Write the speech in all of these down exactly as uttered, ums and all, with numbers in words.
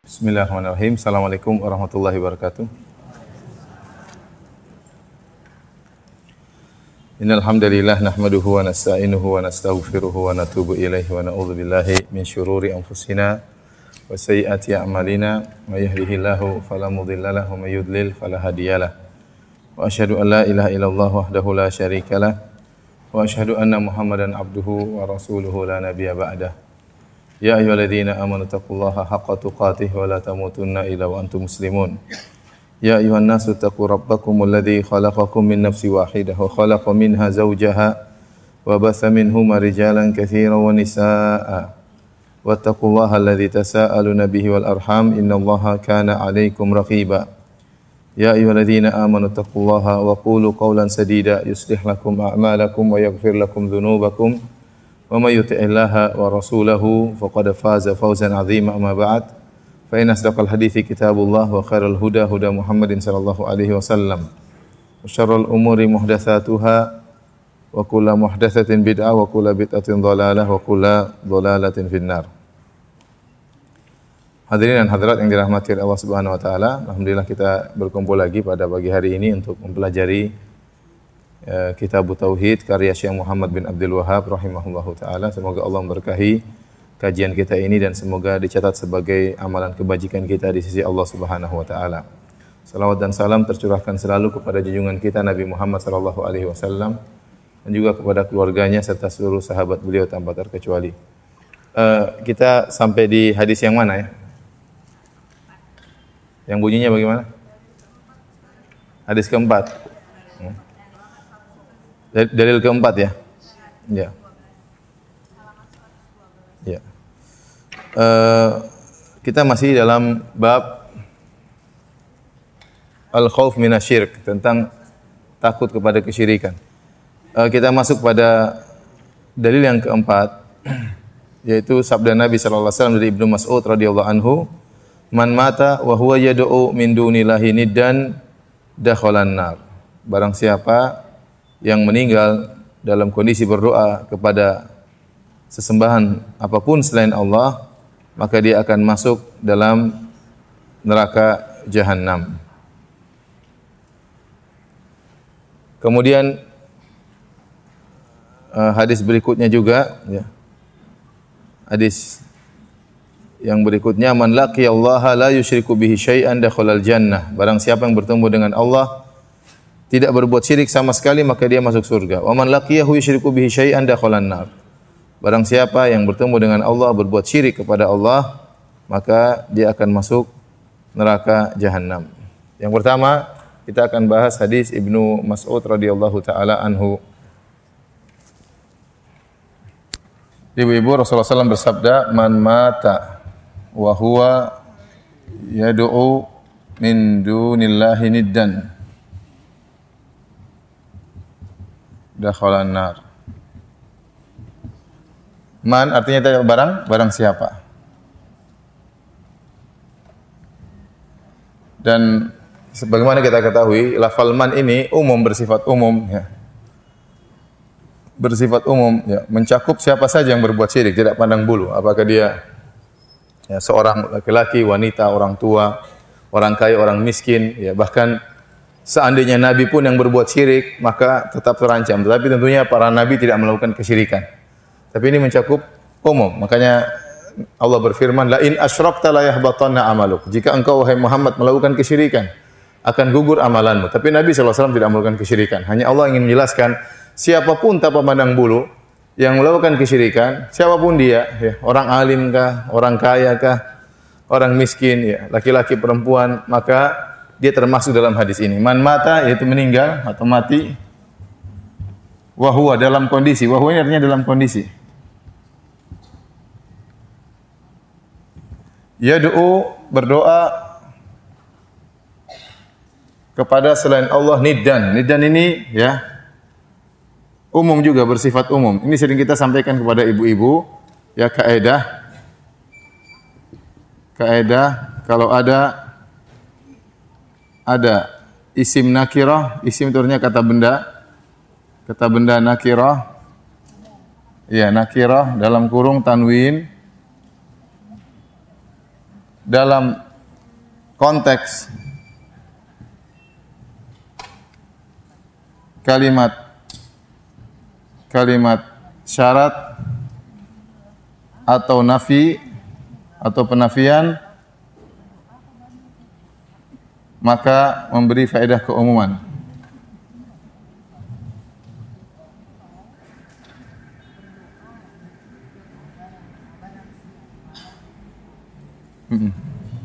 Bismillahirrahmanirrahim. Assalamualaikum warahmatullahi wabarakatuh. Innal hamdalillah nahmaduhu wa nasta'inuhu wa nastaghfiruhu wa natubu ilaihi wa na'udzu billahi min syururi anfusina wa sayyiati a'malina. May yahdihillahu fala mudilla lahu wa may yudlil fala hadiyalah. Wa asyhadu an la ilaha illallah wahdahu la syarikalah wa asyhadu anna Muhammadan abduhu wa rasuluhu la nabiyya ba'dah. Ya ayyuhalladzina amanu taqullaha haqqa tuqatih wa la tamutunna illa wa antum muslimun. Ya ayyuhan nasu taqu rabbakumul ladzi khalaqakum min nafsin wahidah wa khalaqa minha zawjaha wa batha minhuma rijalan katsiran wa nisaa'a. Wattaqullaha alladzi tasaaluna bihi wal arham innallaha kana 'alaikum raqiba. Ya ayyuhalladzina amanu taqullaha wa qulu qawlan sadida yuslih lakum a'malakum wa yaghfir lakum dhunubakum. Wa may yuti'illaha wa rasulahu faqad faza fawzan 'azima amma ba'd fa inna asdaqal hadithi kitabullah wa khairal huda huda Muhammadin sallallahu alaihi wasallam wa syarrul umuri muhdatsatuha wa kullu muhdatsatin bid'ah wa kullu bid'atin dhalalah wa kullu dhalalatin finnar. Hadirin dan hadirat yang dirahmati Allah Subhanahu wa taala, alhamdulillah kita berkumpul lagi pada pagi hari ini untuk mempelajari Kitab Tauhid karya Syekh Muhammad bin Abdul Wahhab rahimahullahu taala. Semoga Allah memberkahi kajian kita ini dan semoga dicatat sebagai amalan kebajikan kita di sisi Allah Subhanahu wa taala. Salawat dan salam tercurahkan selalu kepada junjungan kita Nabi Muhammad sallallahu alaihi wasallam dan juga kepada keluarganya serta seluruh sahabat beliau tanpa terkecuali. Uh, kita sampai di hadis yang mana ya? Yang bunyinya bagaimana? Hadis keempat. Dalil keempat ya. Ya. Ya. Uh, kita masih dalam bab al-khauf minasyirk, tentang takut kepada kesyirikan. Uh, kita masuk pada dalil yang keempat, yaitu sabda Nabi sallallahu alaihi wasallam dari Ibnu Mas'ud radhiyallahu anhu, "Man mata wa huwa yad'u min dunillahi niddan dakhalan nar." Barang siapa yang meninggal dalam kondisi berdoa kepada sesembahan apapun selain Allah, maka dia akan masuk dalam neraka jahanam. Kemudian hadis berikutnya juga, ya. Hadis yang berikutnya, man laqiyallaha la yusyriku bihi syai'an dakhalal jannah. Barang siapa yang bertemu dengan Allah tidak berbuat syirik sama sekali, maka dia masuk surga. Wa man laqiyahu yusyriku bihi syai'an dakhalan nar. Barang siapa yang bertemu dengan Allah berbuat syirik kepada Allah, maka dia akan masuk neraka jahanam. Yang pertama, kita akan bahas hadis Ibnu Mas'ud radhiyallahu taala anhu. Ibu-ibu, Rasulullah sallallahu alaihi wasallam bersabda, "Man mata wa huwa yad'u min dunillahi niddan dakhalan nar." Man artinya tadi barang, barang siapa. Dan sebagaimana kita ketahui, lafal man ini umum, bersifat umum ya. Bersifat umum ya, mencakup siapa saja yang berbuat syirik, tidak pandang bulu apakah dia ya, seorang laki-laki, wanita, orang tua, orang kaya, orang miskin ya, bahkan seandainya Nabi pun yang berbuat syirik, maka tetap terancam. Tetapi tentunya para Nabi tidak melakukan kesyirikan. Tapi ini mencakup umum. Makanya Allah berfirman, la in asyrakta la yahbatanna amaluk. Jika engkau wahai Muhammad melakukan kesyirikan, akan gugur amalanmu. Tapi Nabi sallallahu alaihi wasallam tidak melakukan kesyirikan. Hanya Allah ingin menjelaskan, siapapun tanpa pandang bulu yang melakukan kesyirikan, siapapun dia, ya, orang alim kah, orang kaya kah, orang miskin, ya, laki-laki, perempuan, maka dia termasuk dalam hadis ini. Man mata, yaitu meninggal atau mati, wa huwa, dalam kondisi. Wa huwa ini artinya dalam kondisi. Yad'u, berdoa kepada selain Allah, niddan. Niddan ini ya umum juga, bersifat umum. Ini sering kita sampaikan kepada ibu-ibu, ya, kaidah. Kaidah kalau ada ada isim nakirah, isim itu artinya kata benda, kata benda nakirah, ya nakirah dalam kurung tanwin, dalam konteks kalimat kalimat syarat atau nafi atau penafian, maka memberi faedah keumuman. Hmm.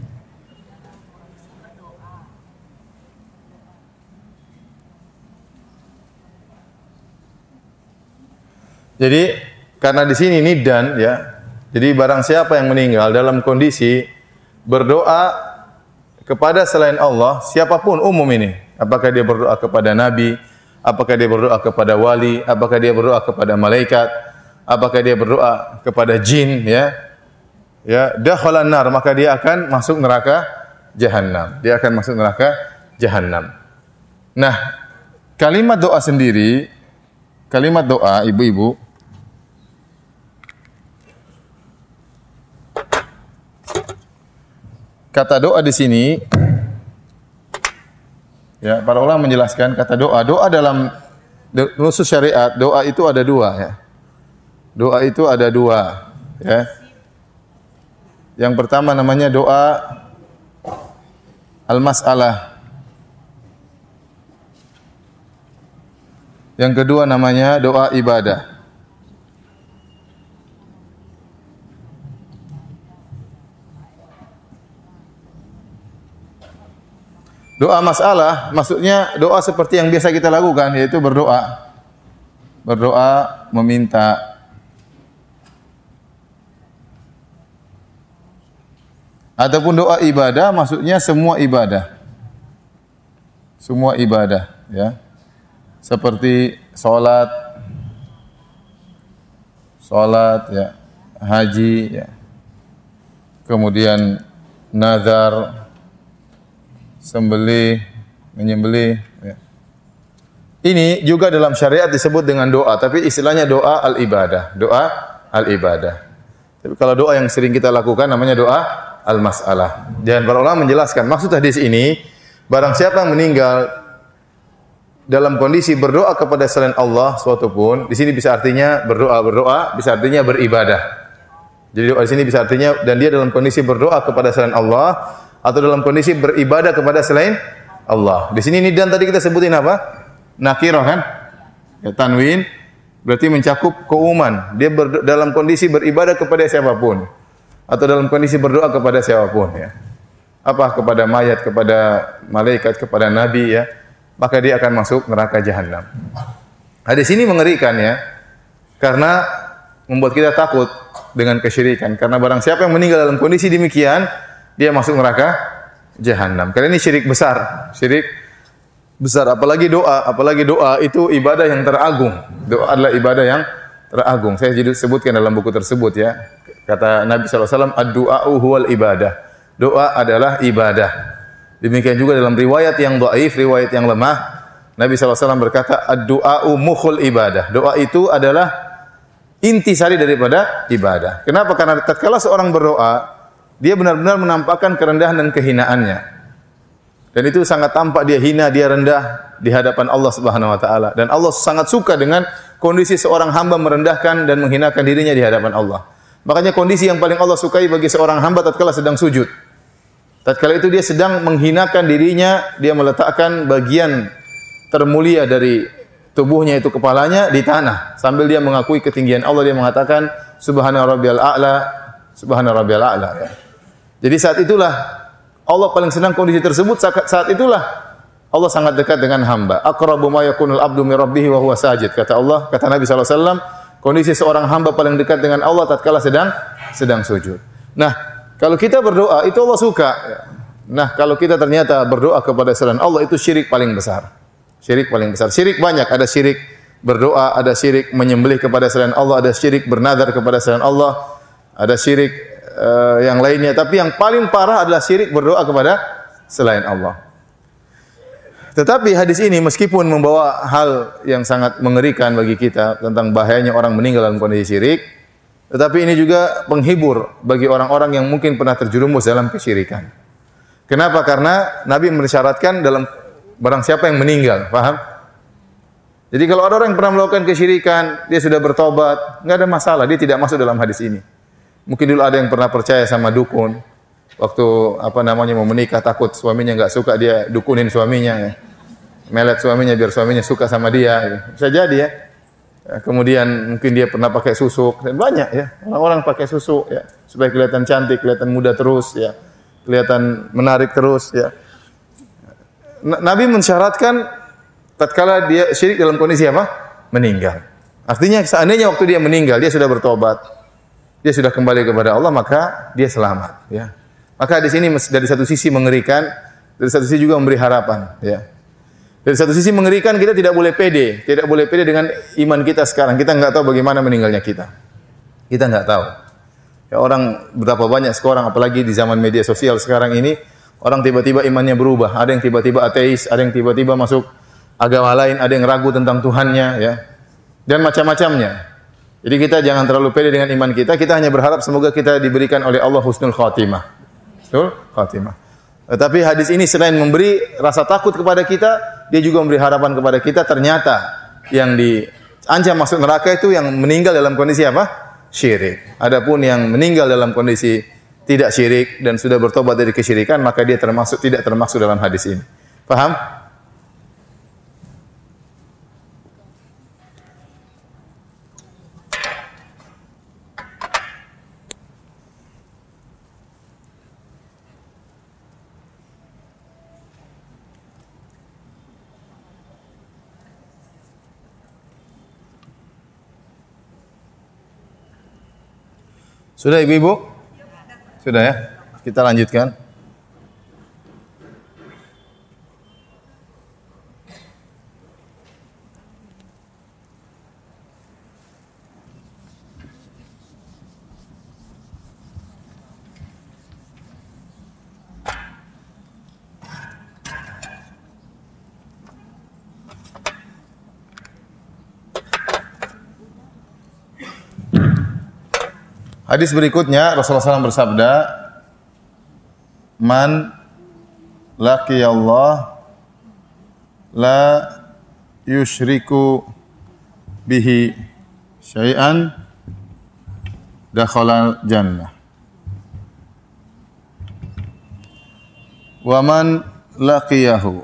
Jadi karena di sini nidan ya. Jadi barang siapa yang meninggal dalam kondisi berdoa kepada selain Allah, siapapun umum ini, apakah dia berdoa kepada nabi, apakah dia berdoa kepada wali, apakah dia berdoa kepada malaikat, apakah dia berdoa kepada jin ya. Ya, dakhalan nar, maka dia akan masuk neraka jahanam. Dia akan masuk neraka jahanam. Nah, kalimat doa sendiri, kalimat doa ibu-ibu, kata doa di sini, ya, para ulama menjelaskan kata doa. Doa dalam nusus syariat, doa itu ada dua, ya. Doa itu ada dua, ya. Yang pertama namanya doa al-mas'alah. Yang kedua namanya doa ibadah. Doa masalah maksudnya doa seperti yang biasa kita lakukan, yaitu berdoa. Berdoa meminta. Ataupun doa ibadah maksudnya semua ibadah. Semua ibadah, ya. Seperti salat, salat ya, haji ya. Kemudian nazar, sembelih, menyembelih ya. Ini juga dalam syariat disebut dengan doa, tapi istilahnya doa al-ibadah, doa al-ibadah. Tapi kalau doa yang sering kita lakukan namanya doa al-mas'alah. Dan para ulama menjelaskan maksud hadis ini, barang siapa yang meninggal dalam kondisi berdoa kepada selain Allah suatu pun, di sini bisa artinya berdoa berdoa, bisa artinya beribadah. Jadi doa di sini bisa artinya dan dia dalam kondisi berdoa kepada selain Allah atau dalam kondisi beribadah kepada selain Allah. Di sini nidan tadi kita sebutin apa? Nakirah kan? Ya, tanwin berarti mencakup keumuman. Dia ber, dalam kondisi beribadah kepada siapapun atau dalam kondisi berdoa kepada siapapun ya. Apa kepada mayat, kepada malaikat, kepada nabi ya. Maka dia akan masuk neraka jahanam. Hadis ini mengerikan ya. Karena membuat kita takut dengan kesyirikan. Karena barang siapa yang meninggal dalam kondisi demikian, dia masuk neraka jahanam. Karena ini syirik besar, syirik besar. Apalagi doa, apalagi doa itu ibadah yang teragung. Doa adalah ibadah yang teragung. Saya jadi sebutkan dalam buku tersebut ya. Kata Nabi sallallahu alaihi wasallam, ad-du'a'u huwal ibadah. Doa adalah ibadah. Demikian juga dalam riwayat yang dhaif, riwayat yang lemah, Nabi sallallahu alaihi wasallam berkata, ad-du'a'u mukhul ibadah. Doa itu adalah intisari daripada ibadah. Kenapa? Karena tatkala seorang berdoa, dia benar-benar menampakkan kerendahan dan kehinaannya. Dan itu sangat tampak dia hina, dia rendah di hadapan Allah Subhanahu wa taala. Dan Allah sangat suka dengan kondisi seorang hamba merendahkan dan menghinakan dirinya di hadapan Allah. Makanya kondisi yang paling Allah sukai bagi seorang hamba tatkala sedang sujud. Tatkala itu dia sedang menghinakan dirinya, dia meletakkan bagian termulia dari tubuhnya itu kepalanya di tanah sambil dia mengakui ketinggian Allah, dia mengatakan subhana rabbiyal a'la, subhana rabbiyal a'la ya. Jadi saat itulah Allah paling senang kondisi tersebut, saat, saat itulah Allah sangat dekat dengan hamba. Aqrabu ma yakunul abdu min rabbih wa huwa sajid. Kata Allah, kata Nabi sallallahu alaihi wasallam, kondisi seorang hamba paling dekat dengan Allah tatkala sedang sedang sujud. Nah, kalau kita berdoa itu Allah suka. Nah, kalau kita ternyata berdoa kepada selain Allah itu syirik paling besar. Syirik paling besar. Syirik banyak, ada syirik berdoa, ada syirik menyembelih kepada selain Allah, ada syirik bernadar kepada selain Allah, ada syirik uh, yang lainnya, tapi yang paling parah adalah syirik berdoa kepada selain Allah. Tetapi hadis ini meskipun membawa hal yang sangat mengerikan bagi kita tentang bahayanya orang meninggal dalam kondisi syirik, tetapi ini juga penghibur bagi orang-orang yang mungkin pernah terjerumus dalam kesyirikan. Kenapa? Karena Nabi mensyaratkan dalam barang siapa yang meninggal, paham? Jadi kalau ada orang yang pernah melakukan kesyirikan, dia sudah bertobat, enggak ada masalah, dia tidak masuk dalam hadis ini. Mungkin dulu ada yang pernah percaya sama dukun, waktu apa namanya mau menikah takut suaminya enggak suka, dia dukunin suaminya, ya. Melet suaminya biar suaminya suka sama dia, ya. Bisa jadi ya. Kemudian mungkin dia pernah pakai susuk, dan banyak ya orang-orang pakai susuk ya supaya kelihatan cantik, kelihatan muda terus ya, kelihatan menarik terus ya. Nabi mensyaratkan tatkala dia syirik dalam kondisi apa? Meninggal. Artinya seandainya waktu dia meninggal dia sudah bertobat, dia sudah kembali kepada Allah, maka dia selamat ya. Maka di sini dari satu sisi mengerikan, dari satu sisi juga memberi harapan ya. Dari satu sisi mengerikan, kita tidak boleh pede, tidak boleh pede dengan iman kita sekarang. Kita enggak tahu bagaimana meninggalnya kita. Kita enggak tahu. Ya, orang betapa banyak sekarang, apalagi di zaman media sosial sekarang ini, orang tiba-tiba imannya berubah. Ada yang tiba-tiba ateis, ada yang tiba-tiba masuk agama lain, ada yang ragu tentang Tuhannya, ya, dan macam-macamnya. Jadi kita jangan terlalu pede dengan iman kita. Kita hanya berharap semoga kita diberikan oleh Allah husnul khatimah. Betul? Khatimah. Tetapi hadis ini selain memberi rasa takut kepada kita, dia juga memberi harapan kepada kita. Ternyata yang diancam masuk neraka itu yang meninggal dalam kondisi apa? Syirik. Adapun yang meninggal dalam kondisi tidak syirik dan sudah bertobat dari kesyirikan, maka dia termasuk tidak termasuk dalam hadis ini. Paham? Sudah ibu-ibu? Sudah ya? Kita lanjutkan. Hadis berikutnya Rasulullah shallallahu alaihi wasallam bersabda, "Man laqiyallah la yusyriku bihi syai'an dakhala jannah. Wa man laqiyahu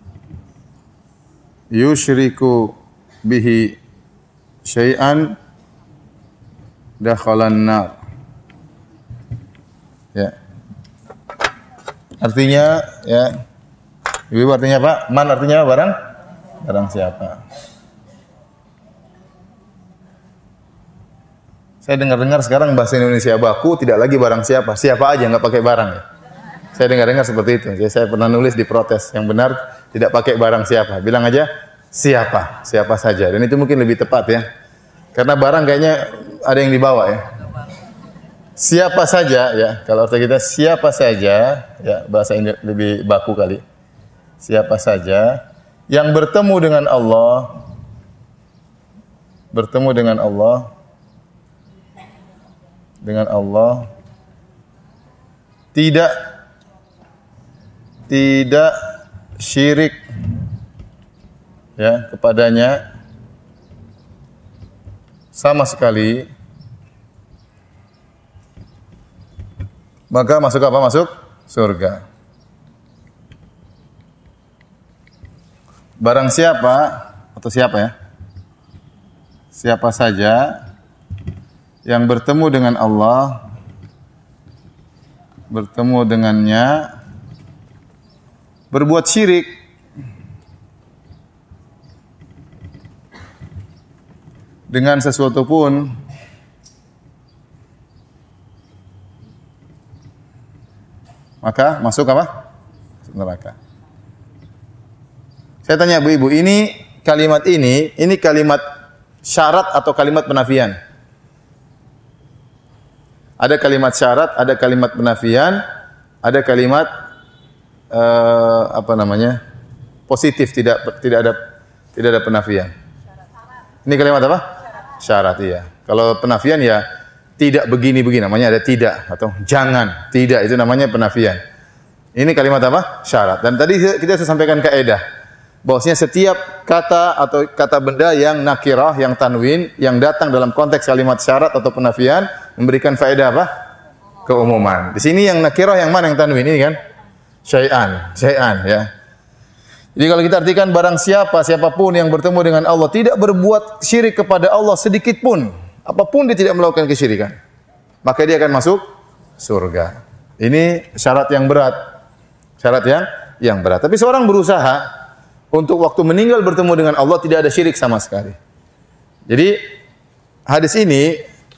yusyriku bihi syai'an dakhalan nar." Ya. Artinya ya. Ibu artinya apa? Man artinya barang barang siapa. Saya dengar-dengar sekarang bahasa Indonesia baku tidak lagi barang siapa, siapa aja enggak pakai barang ya. Saya dengar-dengar seperti itu. Jadi saya pernah nulis di protes, yang benar tidak pakai barang siapa, bilang aja siapa, siapa saja. Dan itu mungkin lebih tepat ya. Karena barang kayaknya ada yang dibawa ya. Siapa saja ya, kalau arti kita siapa saja ya, bahasa ini lebih baku kali. Siapa saja yang bertemu dengan Allah, bertemu dengan Allah, dengan Allah, tidak tidak syirik ya kepadanya sama sekali, maka masuk apa? Masuk surga. Barang siapa atau siapa ya? Siapa saja yang bertemu dengan Allah, bertemu dengannya, berbuat syirik, dengan sesuatu pun, maka masuk apa? Masuk neraka. Saya tanya ibu-ibu, ini kalimat ini, ini kalimat syarat atau kalimat penafian? Ada kalimat syarat, ada kalimat penafian, ada kalimat uh, apa namanya? Positif, tidak tidak ada tidak ada penafian. Ini kalimat apa? Syarat, iya. Kalau penafian ya tidak begini-begini, namanya ada tidak, atau jangan, tidak, itu namanya penafian. Ini kalimat apa? Syarat. Dan tadi kita sudah sampaikan kaidah bahwasanya setiap kata atau kata benda yang nakirah, yang tanwin, yang datang dalam konteks kalimat syarat atau penafian memberikan faedah apa? Keumuman. Di sini yang nakirah yang mana yang tanwin ini kan? Syai'an, syai'an ya. Jadi kalau kita artikan barang siapa, siapapun yang bertemu dengan Allah tidak berbuat syirik kepada Allah sedikit pun, apapun dia tidak melakukan kesyirikan, maka dia akan masuk surga. Ini syarat yang berat. Syarat yang yang berat. Tapi seorang berusaha untuk waktu meninggal bertemu dengan Allah tidak ada syirik sama sekali. Jadi hadis ini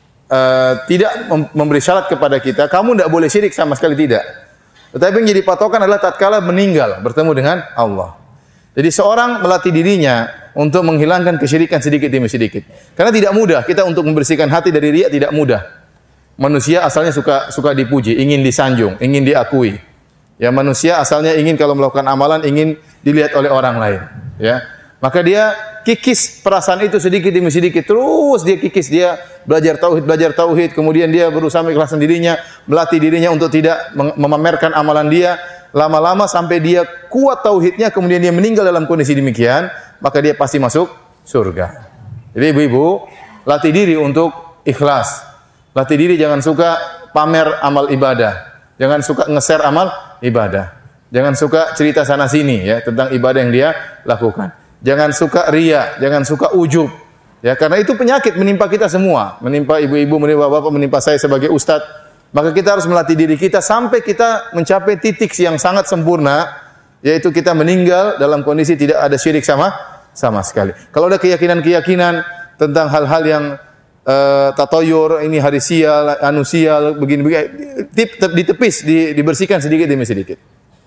uh, tidak memberi syarat kepada kita, kamu tidak boleh syirik sama sekali, tidak. Tetapi yang jadi patokan adalah tatkala meninggal bertemu dengan Allah. Jadi seorang melatih dirinya untuk menghilangkan kesyirikan sedikit demi sedikit. Karena tidak mudah kita untuk membersihkan hati dari riya, tidak mudah. Manusia asalnya suka suka dipuji, ingin disanjung, ingin diakui. Ya, manusia asalnya ingin kalau melakukan amalan ingin dilihat oleh orang lain, ya. Maka dia kikis perasaan itu sedikit demi sedikit, terus dia kikis, dia belajar tauhid, belajar tauhid, kemudian dia berusaha mengikhlaskan dirinya, melatih dirinya untuk tidak memamerkan amalan dia, lama-lama sampai dia kuat tauhidnya, kemudian dia meninggal dalam kondisi demikian, maka dia pasti masuk surga. Jadi ibu-ibu, latih diri untuk ikhlas. Latih diri jangan suka pamer amal ibadah. Jangan suka nge-share amal ibadah. Jangan suka cerita sana sini ya tentang ibadah yang dia lakukan. Jangan suka riya, jangan suka ujub. Ya, karena itu penyakit menimpa kita semua, menimpa ibu-ibu, menimpa bapak, menimpa saya sebagai ustaz. Maka kita harus melatih diri kita sampai kita mencapai titik yang sangat sempurna, yaitu kita meninggal dalam kondisi tidak ada syirik sama sama sekali. Kalau ada keyakinan-keyakinan tentang hal-hal yang Uh, tatoyur, ini hari sial, anu sial, begini-begini, tip, tip, ditepis, di, dibersihkan sedikit demi sedikit.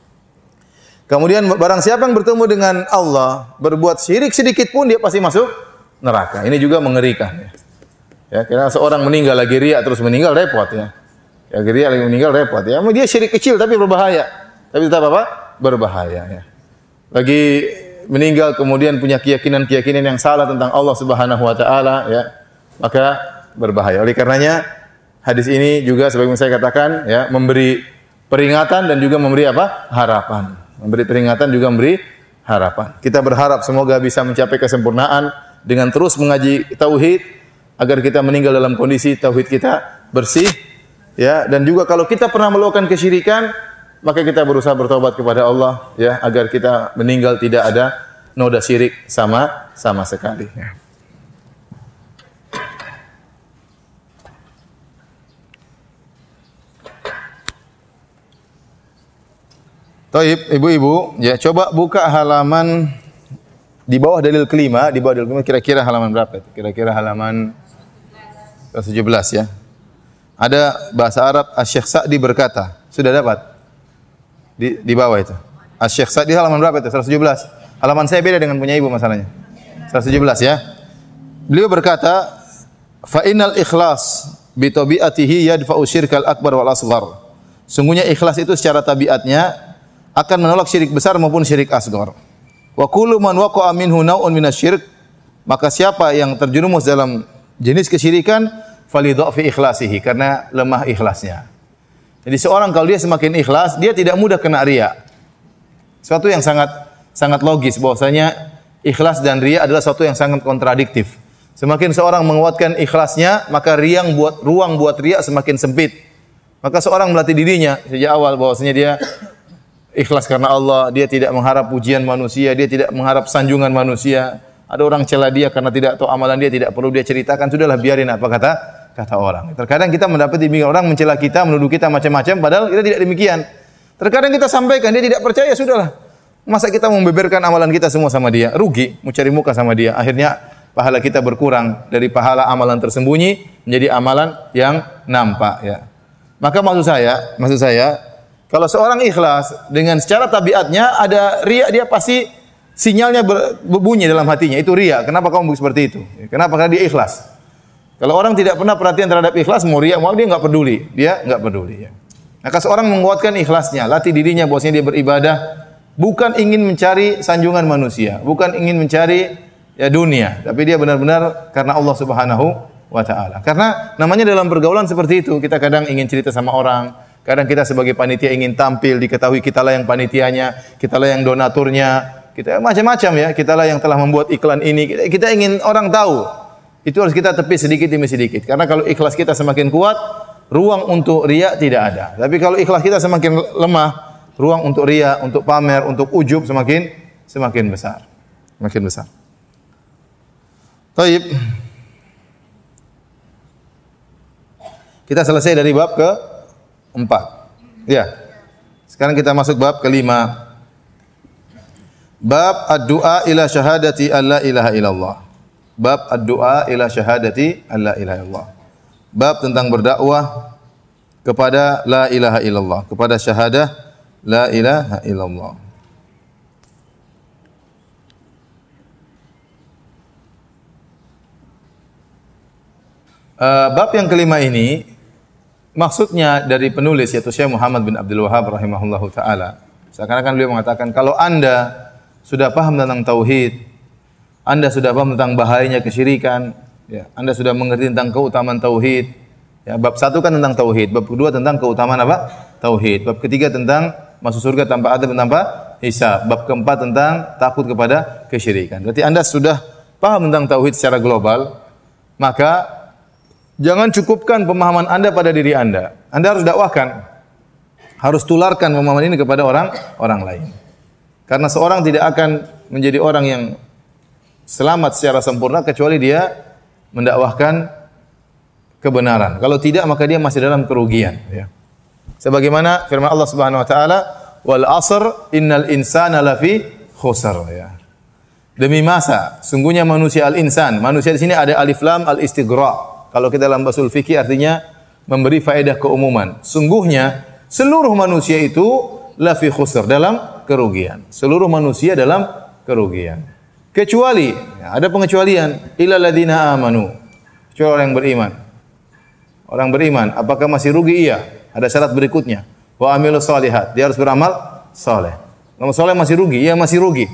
Kemudian barang siapa yang bertemu dengan Allah, berbuat syirik sedikit pun dia pasti masuk neraka. Ini juga mengerikan. Ya, ya karena seorang meninggal lagi riya terus meninggal repot ya. Ya riya lagi meninggal repot ya. Dia syirik kecil tapi berbahaya. Tapi tetap apa? Berbahaya ya. Lagi meninggal kemudian punya keyakinan-keyakinan yang salah tentang Allah Subhanahu wa taala ya. Maka berbahaya. Oleh karenanya hadis ini juga sebagaimana saya katakan ya memberi peringatan dan juga memberi apa? Harapan. Memberi peringatan juga memberi harapan. Kita berharap semoga bisa mencapai kesempurnaan dengan terus mengaji tauhid agar kita meninggal dalam kondisi tauhid kita bersih ya, dan juga kalau kita pernah melakukan kesyirikan maka kita berusaha bertobat kepada Allah ya agar kita meninggal tidak ada noda syirik sama sama sekali ya. Taib, ibu-ibu, ya coba buka halaman di bawah dalil kelima, di bawah dalil kelima kira-kira halaman berapa itu? Kira-kira halaman tujuh belas ya. Ada bahasa Arab Asy-Syaikh Sa'di berkata, sudah dapat? Di di bawah itu. Asy-Syaikh Sa'di halaman berapa itu? seratus tujuh belas. Halaman saya beda dengan punya ibu masalahnya. seratus tujuh belas ya. Beliau berkata, "Fa innal ikhlas bi tabi'atihi yadfa'u syirkal akbar wal asghar." Sungguhnya ikhlas itu secara tabiatnya akan menolak syirik besar maupun syirik asghar. Wa kullu man waqa'a minhu naw'un minasy-syirk, maka siapa yang terjerumus dalam jenis kesyirikan falidhafi ikhlasihi, karena lemah ikhlasnya. Jadi seorang kalau dia semakin ikhlas, dia tidak mudah kena riya. Suatu yang sangat sangat logis bahwasanya ikhlas dan riya adalah suatu yang sangat kontradiktif. Semakin seorang menguatkan ikhlasnya, maka riang buat ruang buat riya semakin sempit. Maka seorang melatih dirinya sejak awal bahwasanya dia ikhlas karena Allah, dia tidak mengharap pujian manusia, dia tidak mengharap sanjungan manusia. Ada orang cela dia karena tidak tahu amalan dia, tidak perlu dia ceritakan, sudahlah biarin apa kata kata orang. Terkadang kita mendapati orang mencela kita, menuduh kita macam-macam padahal kita tidak demikian. Terkadang kita sampaikan, dia tidak percaya, sudahlah. Masa kita membeberkan amalan kita semua sama dia? Rugi, mau cari muka sama dia. Akhirnya pahala kita berkurang dari pahala amalan tersembunyi menjadi amalan yang nampak ya. Maka maksud saya, maksud saya kalau seorang ikhlas dengan secara tabiatnya ada riya, dia pasti sinyalnya ber, berbunyi dalam hatinya, itu riya. Kenapa kamu seperti itu? Kenapa? Karena dia ikhlas. Kalau orang tidak pernah perhatian terhadap ikhlas, mau riya mau dia enggak peduli, dia enggak peduli ya. Maka seorang menguatkan ikhlasnya, latih dirinya bahwasanya dia beribadah bukan ingin mencari sanjungan manusia, bukan ingin mencari ya dunia, tapi dia benar-benar karena Allah Subhanahu wa taala. Karena namanya dalam pergaulan seperti itu, kita kadang ingin cerita sama orang, kadang kita sebagai panitia ingin tampil, diketahui kitalah yang panitianya, kitalah yang donaturnya, kita macam-macam ya, kitalah yang telah membuat iklan ini. Kita, kita ingin orang tahu. Itu harus kita tepis sedikit demi sedikit. Karena kalau ikhlas kita semakin kuat, ruang untuk riya tidak ada. Tapi kalau ikhlas kita semakin lemah, ruang untuk riya, untuk pamer, untuk ujub semakin semakin besar. Semakin besar. Baik. Kita selesai dari bab ke empat. Ya. Sekarang kita masuk bab kelima. Bab ad-du'a ila syahadati alla ilaha illallah. Bab ad-du'a ila syahadati alla ilaha illallah. Bab tentang berdakwah kepada la ilaha illallah, kepada syahadah la ilaha illallah. Uh, bab yang kelima ini maksudnya dari penulis yaitu Syekh Muhammad bin Abdul Wahhab rahimahullahu taala. Seakan-akan beliau mengatakan kalau Anda sudah paham tentang tauhid, Anda sudah paham tentang bahayanya kesyirikan, ya, Anda sudah mengerti tentang keutamaan tauhid. Ya, bab satu kan tentang tauhid, bab kedua tentang keutamaan apa? Tauhid. Bab ketiga tentang masuk surga tanpa adab dan tanpa hisab. Bab keempat tentang takut kepada kesyirikan. Berarti Anda sudah paham tentang tauhid secara global, maka jangan cukupkan pemahaman Anda pada diri Anda. Anda harus dakwahkan. Harus tularkan pemahaman ini kepada orang orang lain. Karena seorang tidak akan menjadi orang yang selamat secara sempurna kecuali dia mendakwahkan kebenaran. Kalau tidak maka dia masih dalam kerugian, ya. Sebagaimana firman Allah Subhanahu wa taala, "Wal 'asr innal insana lafi khusr," ya. Demi masa, sungguhnya manusia al-insan. Manusia di sini ada alif lam al-istighraq. Kalau kita dalam basul fikih artinya memberi faedah keumuman. Sungguhnya seluruh manusia itu lafi khusr, dalam kerugian. Seluruh manusia dalam kerugian. Kecuali, ya, ada pengecualian, illal ladzina amanu. Kecuali orang yang beriman. Orang beriman, apakah masih rugi? Iya. Ada syarat berikutnya. Wa amilus shalihat. Dia harus beramal saleh. Amal saleh masih rugi? Iya, masih rugi.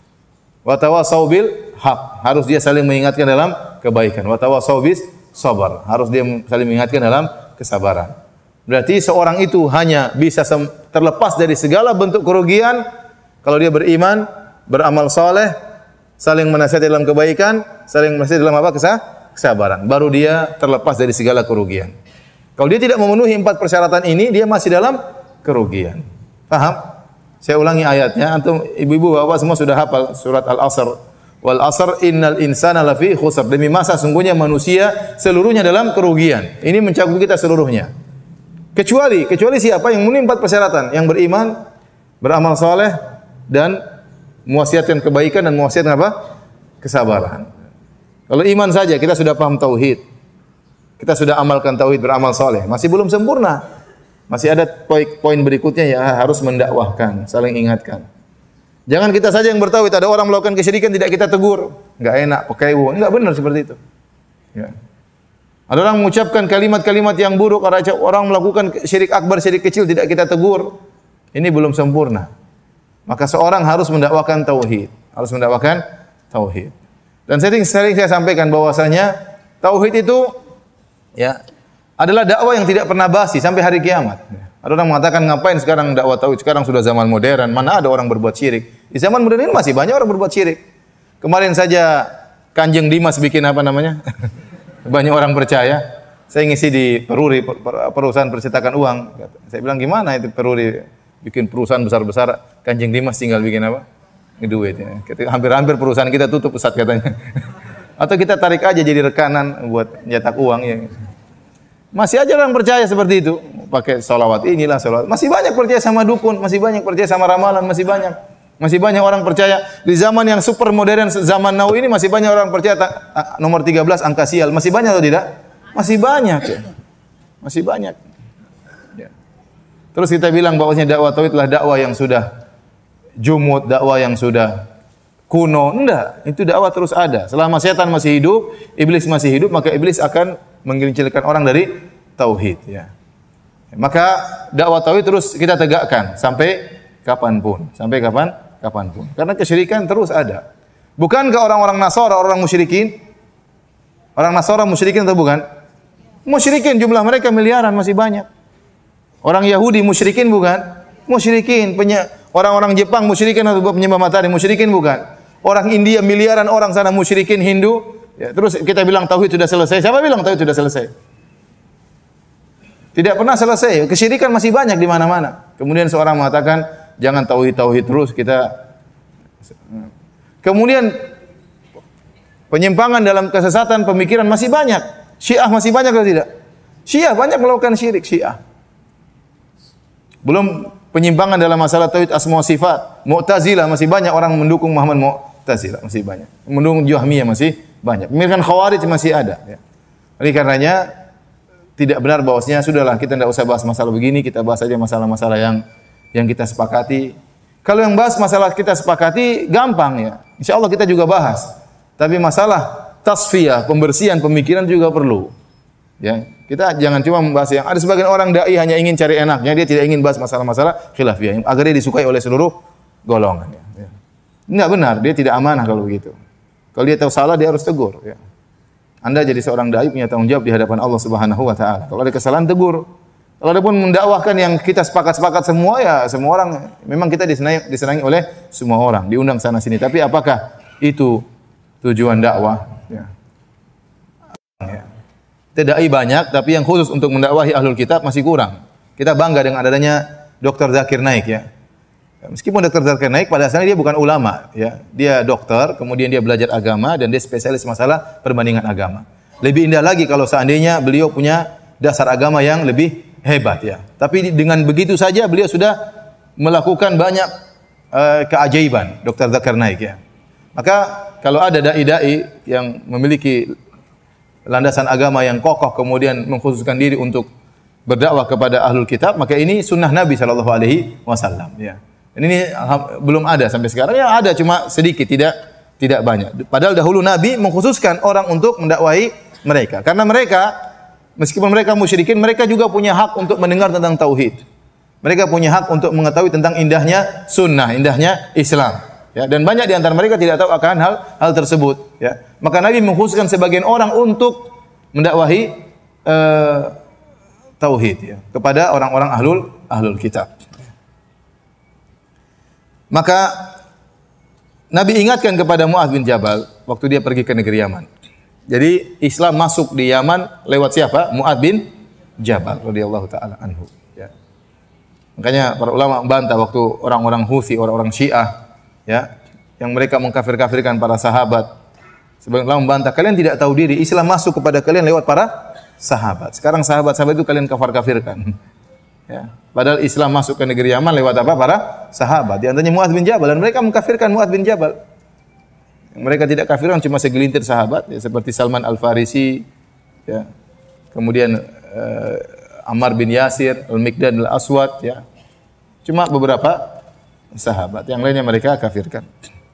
Wa tawasau bil haq. Harus dia saling mengingatkan dalam kebaikan. Wa tawasau bis sabar, harus dia saling mengingatkan dalam kesabaran. Berarti seorang itu hanya bisa terlepas dari segala bentuk kerugian kalau dia beriman, beramal saleh, saling menasihati dalam kebaikan, saling menasihati dalam apa? Kesabaran. Baru dia terlepas dari segala kerugian. Kalau dia tidak memenuhi empat persyaratan ini, dia masih dalam kerugian. Paham? Saya ulangi ayatnya, antum ibu-ibu bapak semua sudah hafal surat Al-Asr. Wal 'asr innal insana lafi khusr. Demi masa sungguhnya manusia seluruhnya dalam kerugian. Ini mencakup kita seluruhnya. Kecuali kecuali siapa yang memenuhi empat persyaratan, yang beriman, beramal saleh dan mewasiatkan kebaikan dan mewasiatkan apa? Kesabaran. Kalau iman saja kita sudah paham tauhid. Kita sudah amalkan tauhid, beramal saleh, masih belum sempurna. Masih ada poin, poin berikutnya ya, harus mendakwahkan, saling ingatkan. Jangan kita saja yang bertauhid, ada orang melakukan kesyirikan tidak kita tegur. Enggak enak, pakai wo. Enggak benar seperti itu. Ya. Ada orang mengucapkan kalimat-kalimat yang buruk, orang melakukan syirik akbar, syirik kecil tidak kita tegur. Ini belum sempurna. Maka seorang harus mendakwakan tauhid, harus mendakwakan tauhid. Dan sering sering saya sampaikan bahwasanya tauhid itu ya adalah dakwah yang tidak pernah basi sampai hari kiamat. Ada orang mengatakan ngapain sekarang dakwah tauhid? Sekarang sudah zaman modern, mana ada orang berbuat syirik? Di zaman modern ini masih banyak orang berbuat syirik. Kemarin saja Kanjeng Dimas bikin apa namanya? Banyak orang percaya. Saya ngisi di Peruri, perusahaan percetakan uang. Saya bilang gimana itu Peruri bikin perusahaan besar-besar, Kanjeng Dimas tinggal bikin apa? Ngeduit ya. Hampir-hampir perusahaan kita tutup Ustaz katanya. Atau kita tarik aja jadi rekanan buat nyetak uang ya. Masih aja orang percaya seperti itu. Pakai salawat inilah salawat. Masih banyak percaya sama dukun, masih banyak percaya sama ramalan, masih banyak. Masih banyak orang percaya di zaman yang super modern zaman now ini masih banyak orang percaya ta- nomor tiga belas angka sial. Masih banyak atau tidak? Masih banyak ya. Masih banyak. Ya. Terus kita bilang bahwasanya dakwah tauhid adalah dakwah yang sudah jumud, dakwah yang sudah kuno. Enggak, itu dakwah terus ada. Selama setan masih hidup, iblis masih hidup, maka iblis akan menggelincirkan orang dari tauhid ya. Maka dakwah tauhid terus kita tegakkan sampai kapanpun, sampai kapan? Kapanpun. Karena kesyirikan terus ada. Bukankah orang-orang Nasara, orang musyrikin Orang Nasara musyrikin atau bukan? Musyrikin, jumlah mereka miliaran, masih banyak. Orang Yahudi musyrikin bukan? Musyrikin. Penye- orang-orang Jepang musyrikin atau penyembah matahari, musyrikin bukan? Orang India miliaran orang sana musyrikin, Hindu. Ya, terus kita bilang tauhid sudah selesai. Siapa bilang tauhid sudah selesai? Tidak pernah selesai. Kesyirikan masih banyak di mana-mana. Kemudian seorang mengatakan, jangan tauhid-tauhid terus, kita. Kemudian penyimpangan dalam kesesatan pemikiran masih banyak. Syiah masih banyak atau tidak? Syiah banyak melakukan syirik, Syiah. Belum penyimpangan dalam masalah tauhid asma wa sifat. Mu'tazilah masih banyak orang mendukung Muhammad Mu'tazilah, masih banyak. Mendukung Jahmiyah masih banyak. Pemikiran Khawarij masih ada, ya. Oleh karenanya tidak benar bahwasanya sudahlah kita tidak usah bahas masalah begini, kita bahas saja masalah-masalah yang yang kita sepakati. Kalau yang bahas masalah kita sepakati gampang, ya. Insyaallah kita juga bahas. Tapi masalah tasfiyah, pembersihan pemikiran juga perlu. Ya, kita jangan cuma membahas yang ada sebagian orang dai hanya ingin cari enaknya, dia tidak ingin bahas masalah-masalah khilafiyah agar dia disukai oleh seluruh golongan. Ya. Enggak benar, dia tidak amanah kalau begitu. Kalau dia tahu salah dia harus tegur. Ya. Anda jadi seorang dai punya tanggung jawab di hadapan Allah Subhanahu Wa Taala. Kalau ada kesalahan tegur. Kalau ada pun mendakwahkan yang kita sepakat-sepakat semua, ya semua orang memang kita disenangi, disenangi oleh semua orang, diundang sana sini. Tapi apakah itu tujuan dakwah? Ya. Ya. Dai banyak, tapi yang khusus untuk mendakwahi ahlul kitab masih kurang. Kita bangga dengan adanya Doktor Zakir Naik, ya. Meskipun Doktor Zakir Naik pada dasarnya dia bukan ulama, ya. Dia dokter, kemudian dia belajar agama dan dia spesialis masalah perbandingan agama. Lebih indah lagi kalau seandainya beliau punya dasar agama yang lebih hebat, ya. Tapi dengan begitu saja beliau sudah melakukan banyak uh, keajaiban, Doktor Zakir Naik, ya. Maka kalau ada dai-dai yang memiliki landasan agama yang kokoh kemudian mengkhususkan diri untuk berdakwah kepada ahlul kitab, maka ini sunnah Nabi sallallahu alaihi wasallam, ya. Dan ini belum ada sampai sekarang, ya ada cuma sedikit, tidak tidak banyak. Padahal dahulu Nabi mengkhususkan orang untuk mendakwahi mereka. Karena mereka meskipun mereka musyrikin, mereka juga punya hak untuk mendengar tentang tauhid. Mereka punya hak untuk mengetahui tentang indahnya sunnah, indahnya Islam. Ya, dan banyak di antara mereka tidak tahu akan hal hal tersebut. Ya. Maka Nabi mengkhususkan sebagian orang untuk mendakwahi uh, tauhid, ya, kepada orang-orang ahlul ahlul kitab. Maka Nabi ingatkan kepada Mu'adz bin Jabal waktu dia pergi ke negeri Yaman. Jadi Islam masuk di Yaman lewat siapa? Mu'adz bin Jabal radhiyallahu taala anhu. Ya. Makanya para ulama membantah waktu orang-orang Houthi, orang-orang Syiah, ya, yang mereka mengkafir-kafirkan para sahabat. Sebagian ulama membantah, kalian tidak tahu diri, Islam masuk kepada kalian lewat para sahabat. Sekarang sahabat-sahabat itu kalian kafir-kafirkan. Ya. Padahal Islam masuk ke negeri Yaman lewat apa? Para sahabat. Di antaranya Mu'adz bin Jabal, dan mereka mengkafirkan Mu'adz bin Jabal. Mereka tidak kafirkan cuma segelintir sahabat, ya, seperti Salman Al-Farisi, ya. Kemudian uh, Ammar bin Yasir, Al-Miqdad Al-Aswad, ya. Cuma beberapa sahabat, yang lainnya mereka kafirkan.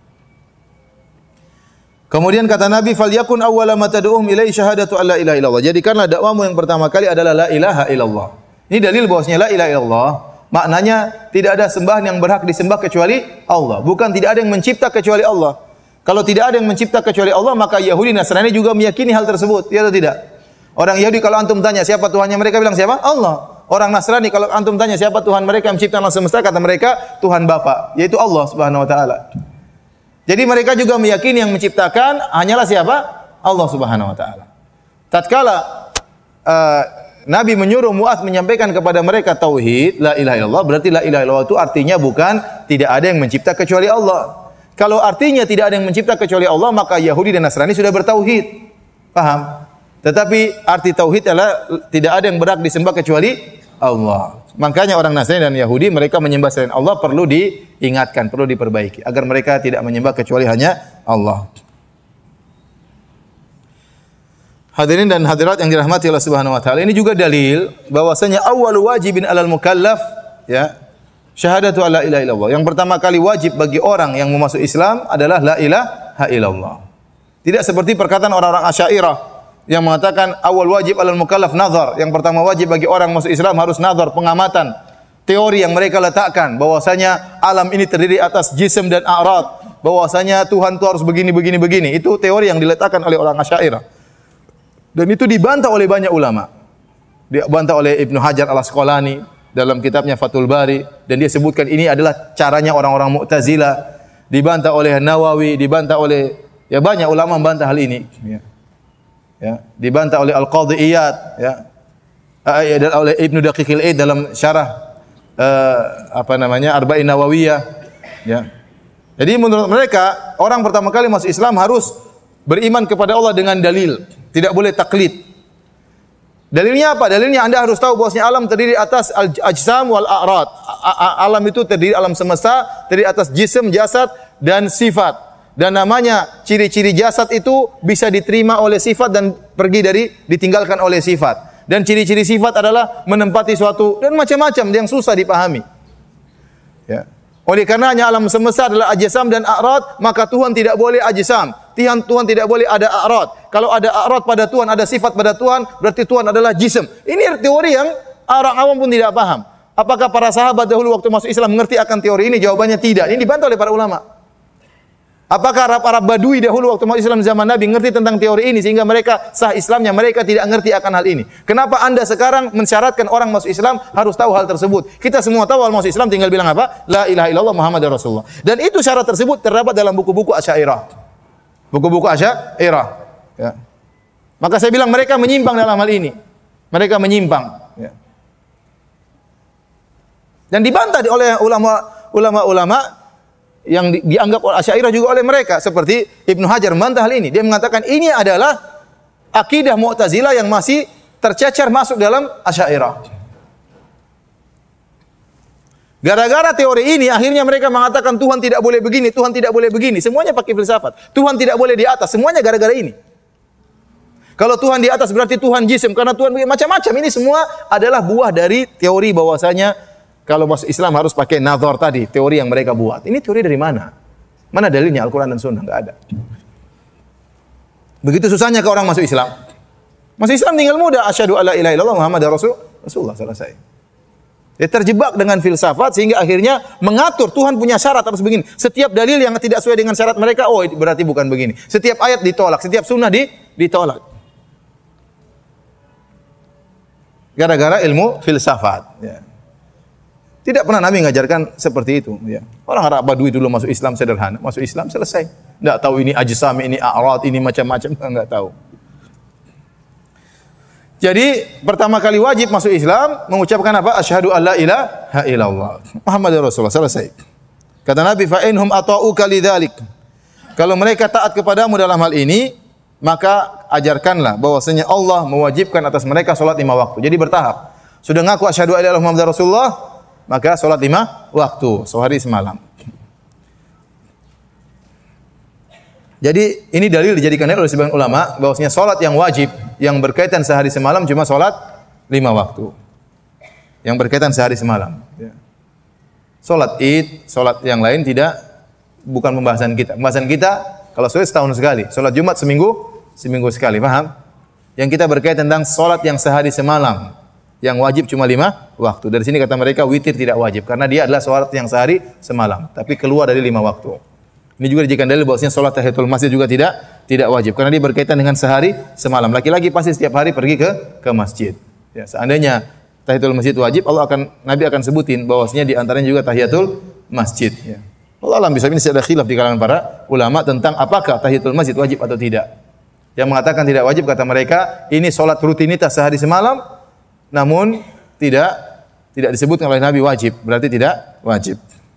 Kemudian kata Nabi, "Falyakun awwala ma tad'uhum ilaihi syahadatu alla ilaha illallah." Jadikanlah dakwamu yang pertama kali adalah la ilaha illallah. Ini dalil bahwasanya la ilaha illallah maknanya tidak ada sembahan yang berhak disembah kecuali Allah. Bukan tidak ada yang mencipta kecuali Allah. Kalau tidak ada yang mencipta kecuali Allah, maka Yahudi Nasrani juga meyakini hal tersebut, ya atau tidak? Orang Yahudi kalau antum tanya siapa Tuhannya, mereka bilang siapa? Allah. Orang Nasrani kalau antum tanya siapa Tuhan mereka yang mencipta alam semesta, kata mereka Tuhan Bapa, yaitu Allah Subhanahu wa taala. Jadi mereka juga meyakini yang menciptakan hanyalah siapa? Allah Subhanahu wa taala. Tatkala uh, Nabi menyuruh Mu'adz menyampaikan kepada mereka tauhid, la ilaha illallah, berarti la ilaha illallah itu artinya bukan tidak ada yang mencipta kecuali Allah. Kalau artinya tidak ada yang mencipta kecuali Allah, maka Yahudi dan Nasrani sudah bertauhid. Paham? Tetapi arti tauhid adalah tidak ada yang berhak disembah kecuali Allah. Makanya orang Nasrani dan Yahudi mereka menyembah selain Allah perlu diingatkan, perlu diperbaiki agar mereka tidak menyembah kecuali hanya Allah. Hadirin dan hadirat yang dirahmati Allah Subhanahu wa taala, ini juga dalil bahwasanya awwalu wajibin alal mukallaf, ya, syahadatu alla ilaha illallah. Yang pertama kali wajib bagi orang yang mau masuk Islam adalah la ilaha illallah. Tidak seperti perkataan orang-orang Asy'ariyah yang mengatakan awal wajib alal mukallaf nazar. Yang pertama wajib bagi orang masuk Islam harus nazar, pengamatan. Teori yang mereka letakkan bahwasanya alam ini terdiri atas jism dan a'rad, bahwasanya Tuhan itu harus begini begini begini. Itu teori yang diletakkan oleh orang Asy'ariyah. Dan itu dibantah oleh banyak ulama. Dibantah oleh Ibnu Hajar Al-Asqalani dalam kitabnya Fathul Bari, dan dia sebutkan ini adalah caranya orang-orang Mu'tazilah. Dibantah oleh Nawawi, dibantah oleh ya banyak ulama membantah hal ini. Ya. Ya. Dibantah oleh Al-Qadhi Iyad, ya. Uh, dan oleh Ibnu Daqiqil Aid dalam syarah uh, apa namanya Arba'in Nawawiyah. Ya. Jadi menurut mereka orang pertama kali masuk Islam harus beriman kepada Allah dengan dalil, tidak boleh taklid. Dalilnya apa? Dalilnya Anda harus tahu bahwasanya alam terdiri atas al-ajsam wal a'rad. Alam itu terdiri alam semesta, terdiri atas jism, jasad dan sifat. Dan namanya ciri-ciri jasad itu bisa diterima oleh sifat dan pergi dari ditinggalkan oleh sifat. Dan ciri-ciri sifat adalah menempati suatu dan macam-macam yang susah dipahami. Ya. Oleh karenanya alam semesta adalah ajsam dan a'rad, maka Tuhan tidak boleh ajsam. Tuhan Tuhan tidak boleh ada a'rad. Kalau ada a'rad pada Tuhan, ada sifat pada Tuhan, berarti Tuhan adalah jism. Ini teori yang orang awam pun tidak paham. Apakah para sahabat dahulu waktu masuk Islam mengerti akan teori ini? Jawabannya tidak. Ini dibantah oleh para ulama. Apakah Arab-Arab Badui dahulu waktu masuk Islam zaman Nabi mengerti tentang teori ini sehingga mereka sah Islamnya, mereka tidak mengerti akan hal ini? Kenapa Anda sekarang mensyaratkan orang masuk Islam harus tahu hal tersebut? Kita semua tahu orang masuk Islam tinggal bilang apa? La ilaha illallah Muhammadur Rasulullah. Dan itu syarat tersebut terdapat dalam buku-buku Asy'ariyah. Buku-buku Asy'ariyah. Ya. Maka saya bilang mereka menyimpang dalam hal ini. Mereka menyimpang. Ya. Dan dibantah oleh ulama-ulama yang di, dianggap oleh Asy'ariyah juga oleh mereka, seperti Ibnu Hajar membantah hal ini. Dia mengatakan ini adalah akidah Mu'tazilah yang masih tercecer masuk dalam Asy'ariyah. Gara-gara teori ini akhirnya mereka mengatakan Tuhan tidak boleh begini, Tuhan tidak boleh begini. Semuanya pakai filsafat. Tuhan tidak boleh di atas. Semuanya gara-gara ini. Kalau Tuhan di atas berarti Tuhan jisim, karena Tuhan macam-macam. Ini semua adalah buah dari teori bahwasanya kalau masuk Islam harus pakai nazar tadi, teori yang mereka buat. Ini teori dari mana? Mana dalilnya? Al-Quran dan Sunnah? Enggak ada. Begitu susahnya ke orang masuk Islam. Masuk Islam tinggal mudah. Asyhadu alla ilaha illallah Muhammadar Rasul Rasulullah, selesai. Dia terjebak dengan filsafat sehingga akhirnya mengatur Tuhan punya syarat harus begini. Setiap dalil yang tidak sesuai dengan syarat mereka, oh berarti bukan begini. Setiap ayat ditolak, setiap sunnah di, ditolak. Gara-gara ilmu filsafat. Ya. Tidak pernah Nabi mengajarkan seperti itu. Ya. Orang Arab Badui dulu masuk Islam sederhana, masuk Islam selesai. Tidak tahu ini ajsam, ini a'rad, ini macam-macam, enggak tahu. Jadi pertama kali wajib masuk Islam mengucapkan apa? Asyhadu alla ilaha illallah Muhammadur Rasulullah, selesai. Kata Nabi, fa inhum ata'uka lidzalik. Kalau mereka taat kepadamu dalam hal ini, maka ajarkanlah bahwasanya Allah mewajibkan atas mereka salat lima waktu. Jadi bertahap. Sudah ngaku asyhadu alla ilaha illallah Muhammadur Rasulullah, maka salat lima waktu, sehari semalam. Jadi ini dalil dijadikan oleh sebagian ulama bahwasanya salat yang wajib yang berkaitan sehari semalam cuma salat lima waktu. Yang berkaitan sehari semalam. Ya. Salat Id, salat yang lain tidak, bukan pembahasan kita. Pembahasan kita kalau salat setahun sekali, salat Jumat seminggu seminggu sekali, paham? Yang kita berkaitan tentang salat yang sehari semalam. Yang wajib cuma lima waktu. Dari sini kata mereka witir tidak wajib karena dia adalah salat yang sehari semalam, tapi keluar dari lima waktu. Ini juga dijadikan dalil bahwasanya salat tahiyatul masjid juga tidak tidak wajib karena dia berkaitan dengan sehari semalam. Laki-laki pasti setiap hari pergi ke ke masjid. Ya, seandainya tahiyatul masjid wajib, Allah akan Nabi akan sebutin bahwasanya di antaranya juga tahiyatul masjid. Ya. Allah alam bisa ini ada khilaf di kalangan para ulama tentang apakah tahiyatul masjid wajib atau tidak. Yang mengatakan tidak wajib kata mereka ini salat rutinitas sehari semalam. Namun tidak tidak disebutkan oleh Nabi wajib, berarti tidak wajib.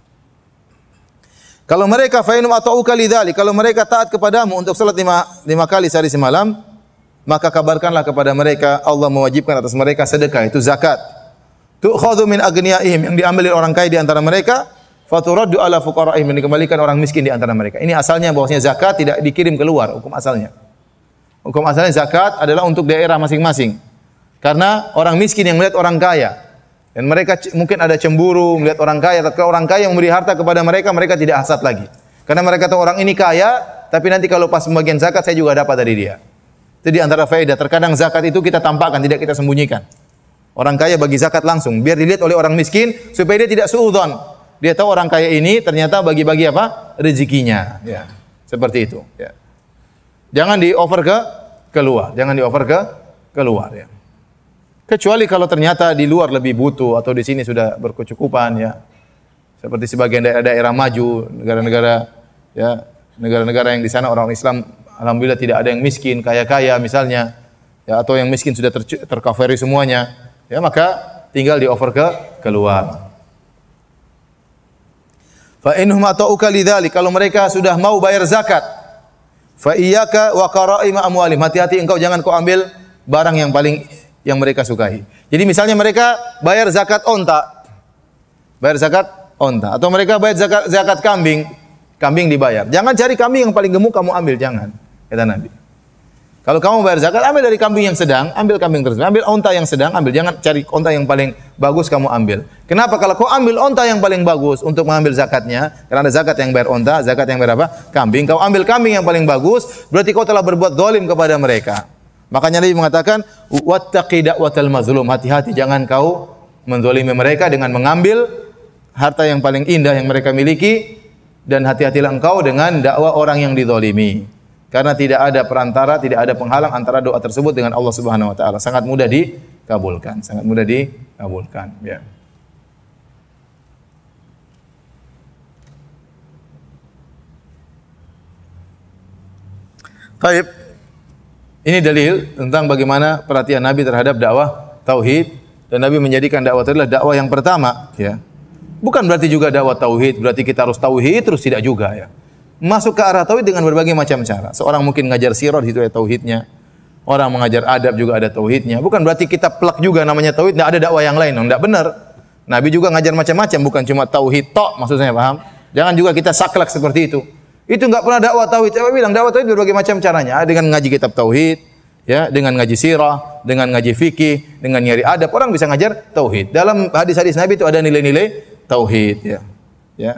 Kalau mereka fainum ata'uka lidzalik, kalau mereka taat kepadamu untuk salat lima, lima kali sehari semalam, maka kabarkanlah kepada mereka Allah mewajibkan atas mereka sedekah, itu zakat. Tu'khadhu min aghniyaihim, yang diambil oleh orang kaya di antara mereka, faturaddu ala fuqara'ihim, yang dikembalikan orang miskin di antara mereka. Ini asalnya bahwasanya zakat tidak dikirim keluar, hukum asalnya. Hukum asalnya zakat adalah untuk daerah masing-masing. Karena orang miskin yang melihat orang kaya. Dan mereka mungkin ada cemburu melihat orang kaya. Tatkala orang kaya memberi harta kepada mereka, mereka tidak hasad lagi. Karena mereka tahu orang ini kaya, tapi nanti kalau pas pembagian zakat, saya juga dapat dari dia. Itu di antara faedah. Terkadang zakat itu kita tampakkan, tidak kita sembunyikan. Orang kaya bagi zakat langsung. Biar dilihat oleh orang miskin, supaya dia tidak suudzon. Dia tahu orang kaya ini ternyata bagi-bagi apa? Rezekinya. Ya. Seperti itu. Ya. Jangan di-over ke keluar. Jangan di-offer ke keluar ya. Kecuali kalau ternyata di luar lebih butuh atau di sini sudah berkecukupan ya. Seperti sebagian daerah-daerah maju, negara-negara ya, negara-negara yang di sana orang Islam alhamdulillah tidak ada yang miskin, kaya-kaya misalnya. Ya, atau yang miskin sudah ter- tercovery semuanya. Ya, maka tinggal di-offer ke keluar. Fa innahum ata'uka lidzalik, kalau mereka sudah mau bayar zakat, fa iyyaka wa qara'ima amwalim, hati-hati engkau jangan kau ambil barang yang paling yang mereka sukai. Jadi misalnya mereka bayar zakat onta, bayar zakat onta, atau mereka bayar zakat zakat kambing, kambing dibayar. Jangan cari kambing yang paling gemuk kamu ambil, jangan. Kata Nabi. Kalau kamu bayar zakat, ambil dari kambing yang sedang, ambil kambing tersebut, ambil onta yang sedang, ambil. Jangan cari onta yang paling bagus kamu ambil. Kenapa? Kalau kau ambil onta yang paling bagus untuk mengambil zakatnya, karena ada zakat yang bayar onta, zakat yang bayar apa? Kambing. Kau ambil kambing yang paling bagus, berarti kau telah berbuat zalim kepada mereka. Makanya Nabi mengatakan, wattaqi da'watal mazlum, hati-hati jangan kau menzalimi mereka dengan mengambil harta yang paling indah yang mereka miliki, dan hati-hatilah engkau dengan dakwah orang yang dizalimi. Karena tidak ada perantara, tidak ada penghalang antara doa tersebut dengan Allah Subhanahu wa taala. Sangat mudah dikabulkan, sangat mudah dikabulkan, ya. Baik. Ini dalil tentang bagaimana perhatian Nabi terhadap dakwah tauhid, dan Nabi menjadikan dakwah itu adalah dakwah yang pertama, ya. Bukan berarti juga dakwah tauhid berarti kita harus tauhid terus, tidak juga, ya. Masuk ke arah tauhid dengan berbagai macam cara. Seorang mungkin ngajar sirah, di situ ada tauhidnya. Orang mengajar adab juga ada tauhidnya. Bukan berarti kita plak juga namanya tauhid, tidak ada dakwah yang lain. Tidak benar. Nabi juga ngajar macam-macam, bukan cuma tauhid tok, maksudnya paham? Jangan juga kita saklek seperti itu. Itu enggak pernah dakwah tauhid. Saya bilang dakwah tauhid berbagai macam caranya. Dengan ngaji kitab tauhid, ya, dengan ngaji sirah, dengan ngaji fikih, dengan nyari adab. Orang bisa ngajar tauhid. Dalam hadis-hadis Nabi itu ada nilai-nilai tauhid, ya. Ya.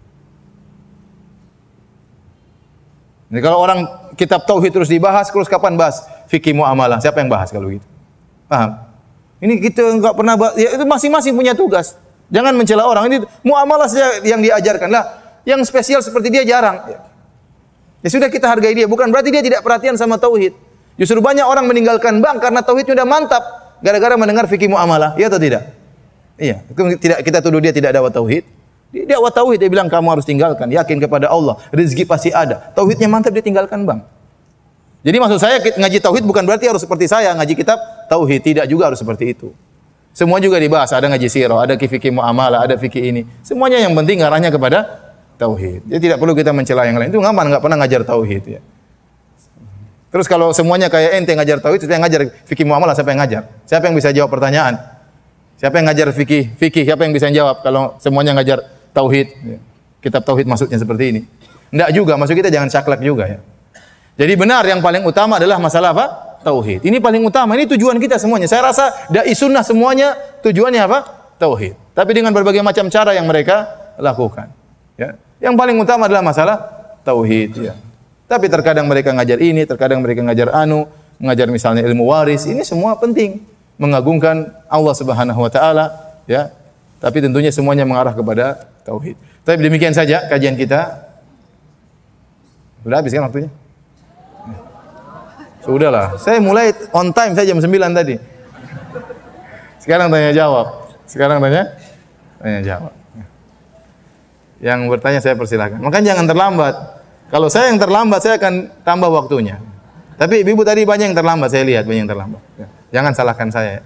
Jadi kalau orang kitab tauhid terus dibahas, terus kapan bahas fikih muamalah? Siapa yang bahas kalau gitu? Paham? Ini kita enggak pernah bahas, ya itu masing-masing punya tugas. Jangan mencela orang. Ini muamalah saja yang diajarkan lah. Yang spesial seperti dia jarang. Ya sudah, kita hargai dia. Bukan berarti dia tidak perhatian sama tauhid. Justru banyak orang meninggalkan bank karena tauhidnya sudah mantap, gara-gara mendengar fikih muamalah. Iya atau tidak? Iya. Itu tidak kita tuduh dia tidak dakwah tauhid. Dia dakwah tauhid, dia bilang kamu harus tinggalkan, yakin kepada Allah, rezeki pasti ada. Tauhidnya mantap, dia tinggalkan bang. Jadi maksud saya ngaji tauhid bukan berarti harus seperti saya ngaji kitab tauhid, tidak juga harus seperti itu. Semua juga dibahas, ada ngaji sirah, ada fikih muamalah, ada fikih ini. Semuanya yang penting arahnya kepada tauhid. Jadi tidak perlu kita mencela yang lain. Itu ngaman enggak pernah ngajar tauhid, ya. Terus kalau semuanya kayak ente ngajar tauhid, siapa yang ngajar fikih muamalah, siapa yang ngajar? Siapa yang bisa jawab pertanyaan? Siapa yang ngajar fikih? Fikih siapa yang bisa jawab kalau semuanya ngajar tauhid? Kitab tauhid maksudnya seperti ini. Enggak juga, maksud kita jangan saklek juga, ya. Jadi benar yang paling utama adalah masalah apa? Tauhid. Ini paling utama, ini tujuan kita semuanya. Saya rasa dai sunnah semuanya tujuannya apa? Tauhid. Tapi dengan berbagai macam cara yang mereka lakukan, ya. Yang paling utama adalah masalah tauhid, ya. Tapi terkadang mereka ngajar ini, terkadang mereka ngajar anu, mengajar misalnya ilmu waris, ini semua penting, mengagungkan Allah Subhanahu wa taala, ya. Tapi tentunya semuanya mengarah kepada tauhid. Tapi demikian saja kajian kita. Sudah habis kan waktunya? Sudahlah, saya mulai on time saja jam sembilan tadi. Sekarang tanya jawab. Sekarang tanya tanya jawab. Yang bertanya saya persilahkan. Makanya jangan terlambat. Kalau saya yang terlambat, saya akan tambah waktunya. Tapi ibu tadi banyak yang terlambat, saya lihat banyak yang terlambat. Jangan salahkan saya.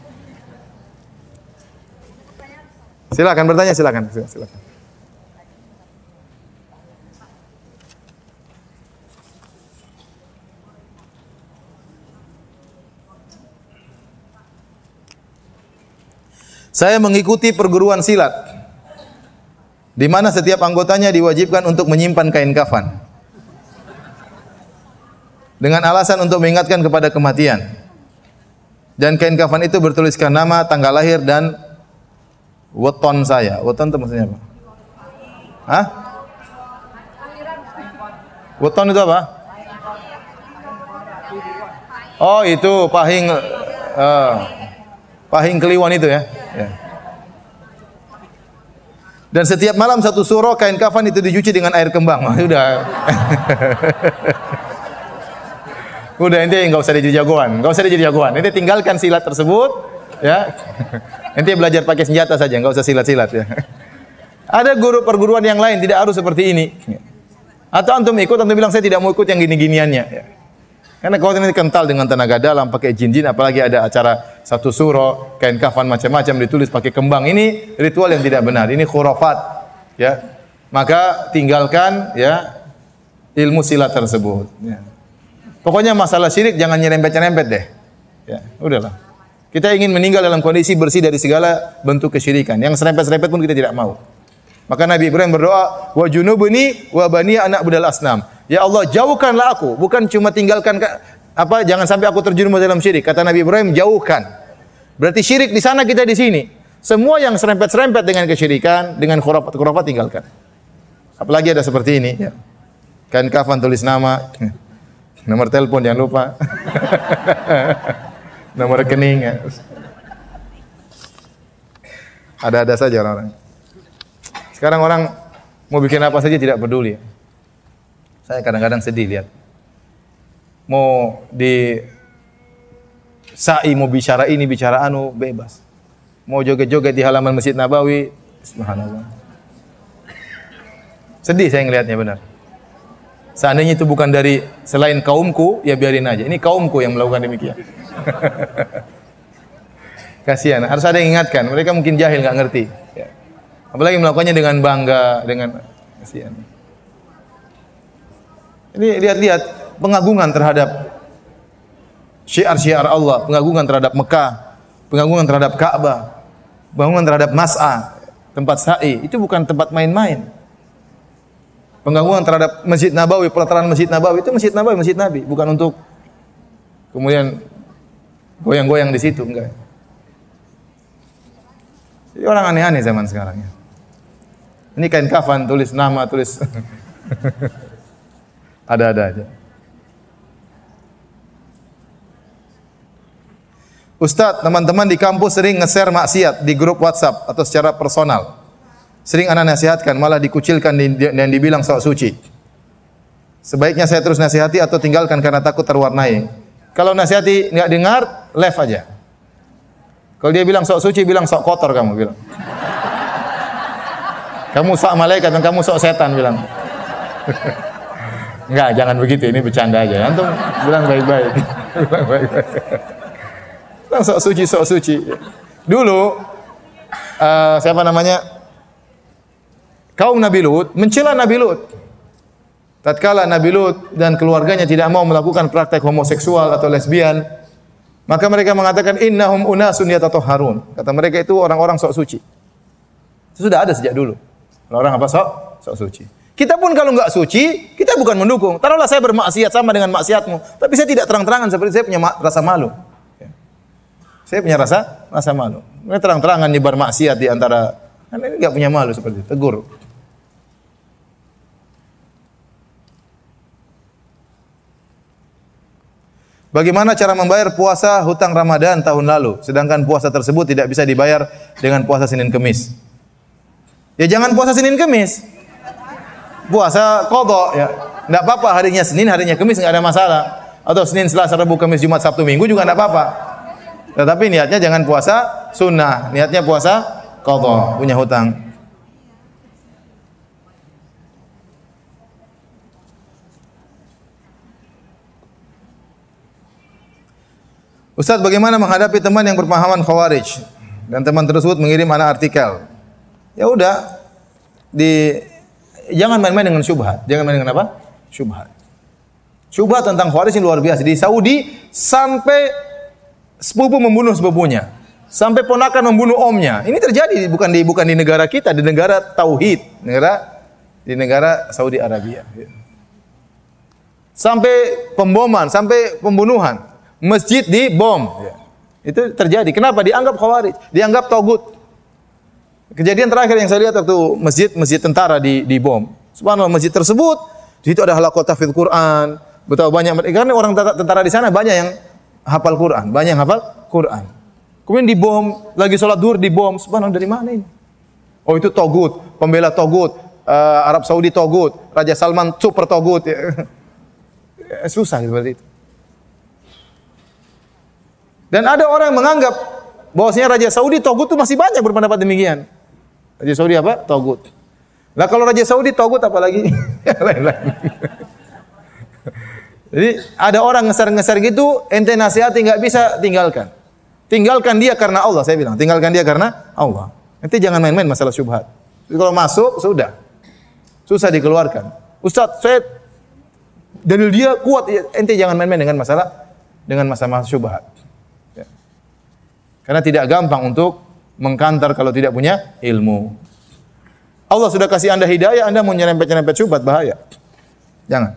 Silakan bertanya, silakan. Silakan. Saya mengikuti perguruan silat, di mana setiap anggotanya diwajibkan untuk menyimpan kain kafan dengan alasan untuk mengingatkan kepada kematian. Dan kain kafan itu bertuliskan nama, tanggal lahir dan weton saya. Weton itu maksudnya apa? Hah? Weton itu apa? Oh, itu pahing uh, pahing kliwon itu ya. Ya. Dan setiap malam satu surah kain kafan itu dicuci dengan air kembang. Wah, sudah. Udah ente enggak usah jadi jagoan, enggak usah jadi jagoan. Ente tinggalkan silat tersebut, ya. Ente belajar pakai senjata saja, enggak usah silat-silat ya. Ada guru perguruan yang lain tidak harus seperti ini. Atau antum ikut, antum bilang saya tidak mau ikut yang gini-giniannya. Ya. Karena kalau ini kental dengan tenaga dalam, pakai jin-jin, apalagi ada acara satu suro, kain kafan macam-macam ditulis pakai kembang. Ini ritual yang tidak benar. Ini khurafat. Ya, maka tinggalkan ya ilmu silat tersebut. Ya. Pokoknya masalah syirik jangan nyerempet-nyerempet deh. Ya, udahlah. Kita ingin meninggal dalam kondisi bersih dari segala bentuk kesyirikan. Yang serempet-serempet pun kita tidak mau. Maka Nabi Ibrahim berdoa, wa junubni wa bani anak budal asnam. Ya Allah, jauhkanlah aku, bukan cuma tinggalkan apa jangan sampai aku terjerumus dalam syirik. Kata Nabi Ibrahim, jauhkan. Berarti syirik di sana, kita di sini. Semua yang serempet-serempet dengan kesyirikan, dengan khurafat-khurafat tinggalkan. Apalagi ada seperti ini, ya. Kain kafan tulis nama, nomor telepon jangan lupa. Nomor rekening ya. Ada-ada saja orang-orang. Sekarang orang mau bikin apa saja tidak peduli. Saya kadang-kadang sedih lihat. Mau di sa'i, mau bicara ini, bicara anu, bebas. Mau joget-joget di halaman Masjid Nabawi, subhanallah. Sedih saya ngelihatnya benar. Seandainya itu bukan dari selain kaumku, ya biarin aja. Ini kaumku yang melakukan demikian. Kasihan, harus ada yang ingatkan. Mereka mungkin jahil, nggak ngerti. Ya. Apalagi melakukannya dengan bangga, dengan kasihan. Ini lihat-lihat pengagungan terhadap syiar-syiar Allah, pengagungan terhadap Mekah, pengagungan terhadap Ka'bah, pengagungan terhadap Mas'a, tempat sa'i. Itu bukan tempat main-main. Pengagungan terhadap Masjid Nabawi, pelataran Masjid Nabawi, itu Masjid Nabawi, Masjid Nabi, bukan untuk kemudian goyang-goyang di situ, enggak. Jadi orang aneh-aneh zaman sekarang ya. Ini kain kafan, tulis nama, tulis ada-ada aja. Ustadz, teman-teman di kampus sering nge-share maksiat di grup WhatsApp atau secara personal. Sering anak nasihatkan, malah dikucilkan dan dibilang sok suci. Sebaiknya saya terus nasihati atau tinggalkan karena takut terwarnai. Kalau nasihati nggak dengar, left aja. Kalau dia bilang sok suci, bilang sok kotor kamu bilang. Kamu sok malaikat dan kamu sok setan bilang. Enggak, jangan begitu, ini bercanda aja. Antum bilang baik-baik. Bilang baik-baik. Bilang sok suci, sok suci. Dulu uh, siapa namanya? Kaum Nabi Lut mencela Nabi Lut. Tatkala Nabi Lut dan keluarganya tidak mau melakukan praktek homoseksual atau lesbian, maka mereka mengatakan innahum unasun yatatahharun. Kata mereka itu orang-orang sok suci. Itu sudah ada sejak dulu. Orang apa sok? Sok suci. Kita pun kalau enggak suci, kita bukan mendukung. Taruhlah saya bermaksiat sama dengan maksiatmu, tapi saya tidak terang-terangan seperti saya punya rasa malu. Saya punya rasa rasa malu. Mereka terang-terangan nyebar maksiat di antara, karena ini enggak punya malu seperti itu. Tegur. Bagaimana cara membayar puasa hutang Ramadan tahun lalu, sedangkan puasa tersebut tidak bisa dibayar dengan puasa Senin Kemis? Ya jangan puasa Senin Kemis. Puasa qadha ya. Enggak apa-apa harinya Senin, harinya Kemis enggak ada masalah. Atau Senin, Selasa, Rabu, Kamis, Jumat, Sabtu, Minggu juga enggak apa-apa. Tetapi niatnya jangan puasa sunnah, niatnya puasa qadha, punya hutang. Ustaz, bagaimana menghadapi teman yang berpahaman Khawarij dan teman tersebut mengirim anak artikel? Ya udah, di jangan main-main dengan syubhat. Jangan main dengan apa? Syubhat. Syubhat tentang Khawarij ini luar biasa. Di Saudi sampai sepupu membunuh sepupunya, sampai ponakan membunuh omnya. Ini terjadi bukan di bukan di negara kita, di negara tauhid, negara di negara Saudi Arabia. Sampai pemboman, sampai pembunuhan. Masjid dibom. Ya. Itu terjadi. Kenapa? Dianggap Khawarij, dianggap togut. Kejadian terakhir yang saya lihat waktu masjid masjid tentara di dibom. Subhanallah, masjid tersebut di situ ada halaqah tahfidz Quran. Betapa banyak karena orang tentara di sana banyak yang hafal Quran, banyak yang hafal Quran. Kemudian dibom, lagi sholat duhur dibom. Subhanallah, dari mana ini? Oh, itu togut, pembela togut, uh, Arab Saudi togut, Raja Salman super togut. Ya. Susah seperti itu. Dan ada orang yang menganggap bahwasanya Raja Saudi togut itu masih banyak berpendapat demikian. Raja Saudi apa? Togut. Lah kalau Raja Saudi togut apalagi lain-lain. Jadi ada orang ngeser-ngeser gitu, ente nasihati enggak bisa, tinggalkan. Tinggalkan dia karena Allah, saya bilang. Tinggalkan dia karena Allah. Ente jangan main-main masalah syubhat. Jadi kalau masuk sudah. Susah dikeluarkan. Ustaz, saya dalil dia kuat, ente jangan main-main dengan masalah dengan masalah syubhat. Ya. Karena tidak gampang untuk mengkantar kalau tidak punya ilmu. Allah sudah kasih Anda hidayah, Anda mau nyerempet-nyerempet syubhat, bahaya. Jangan.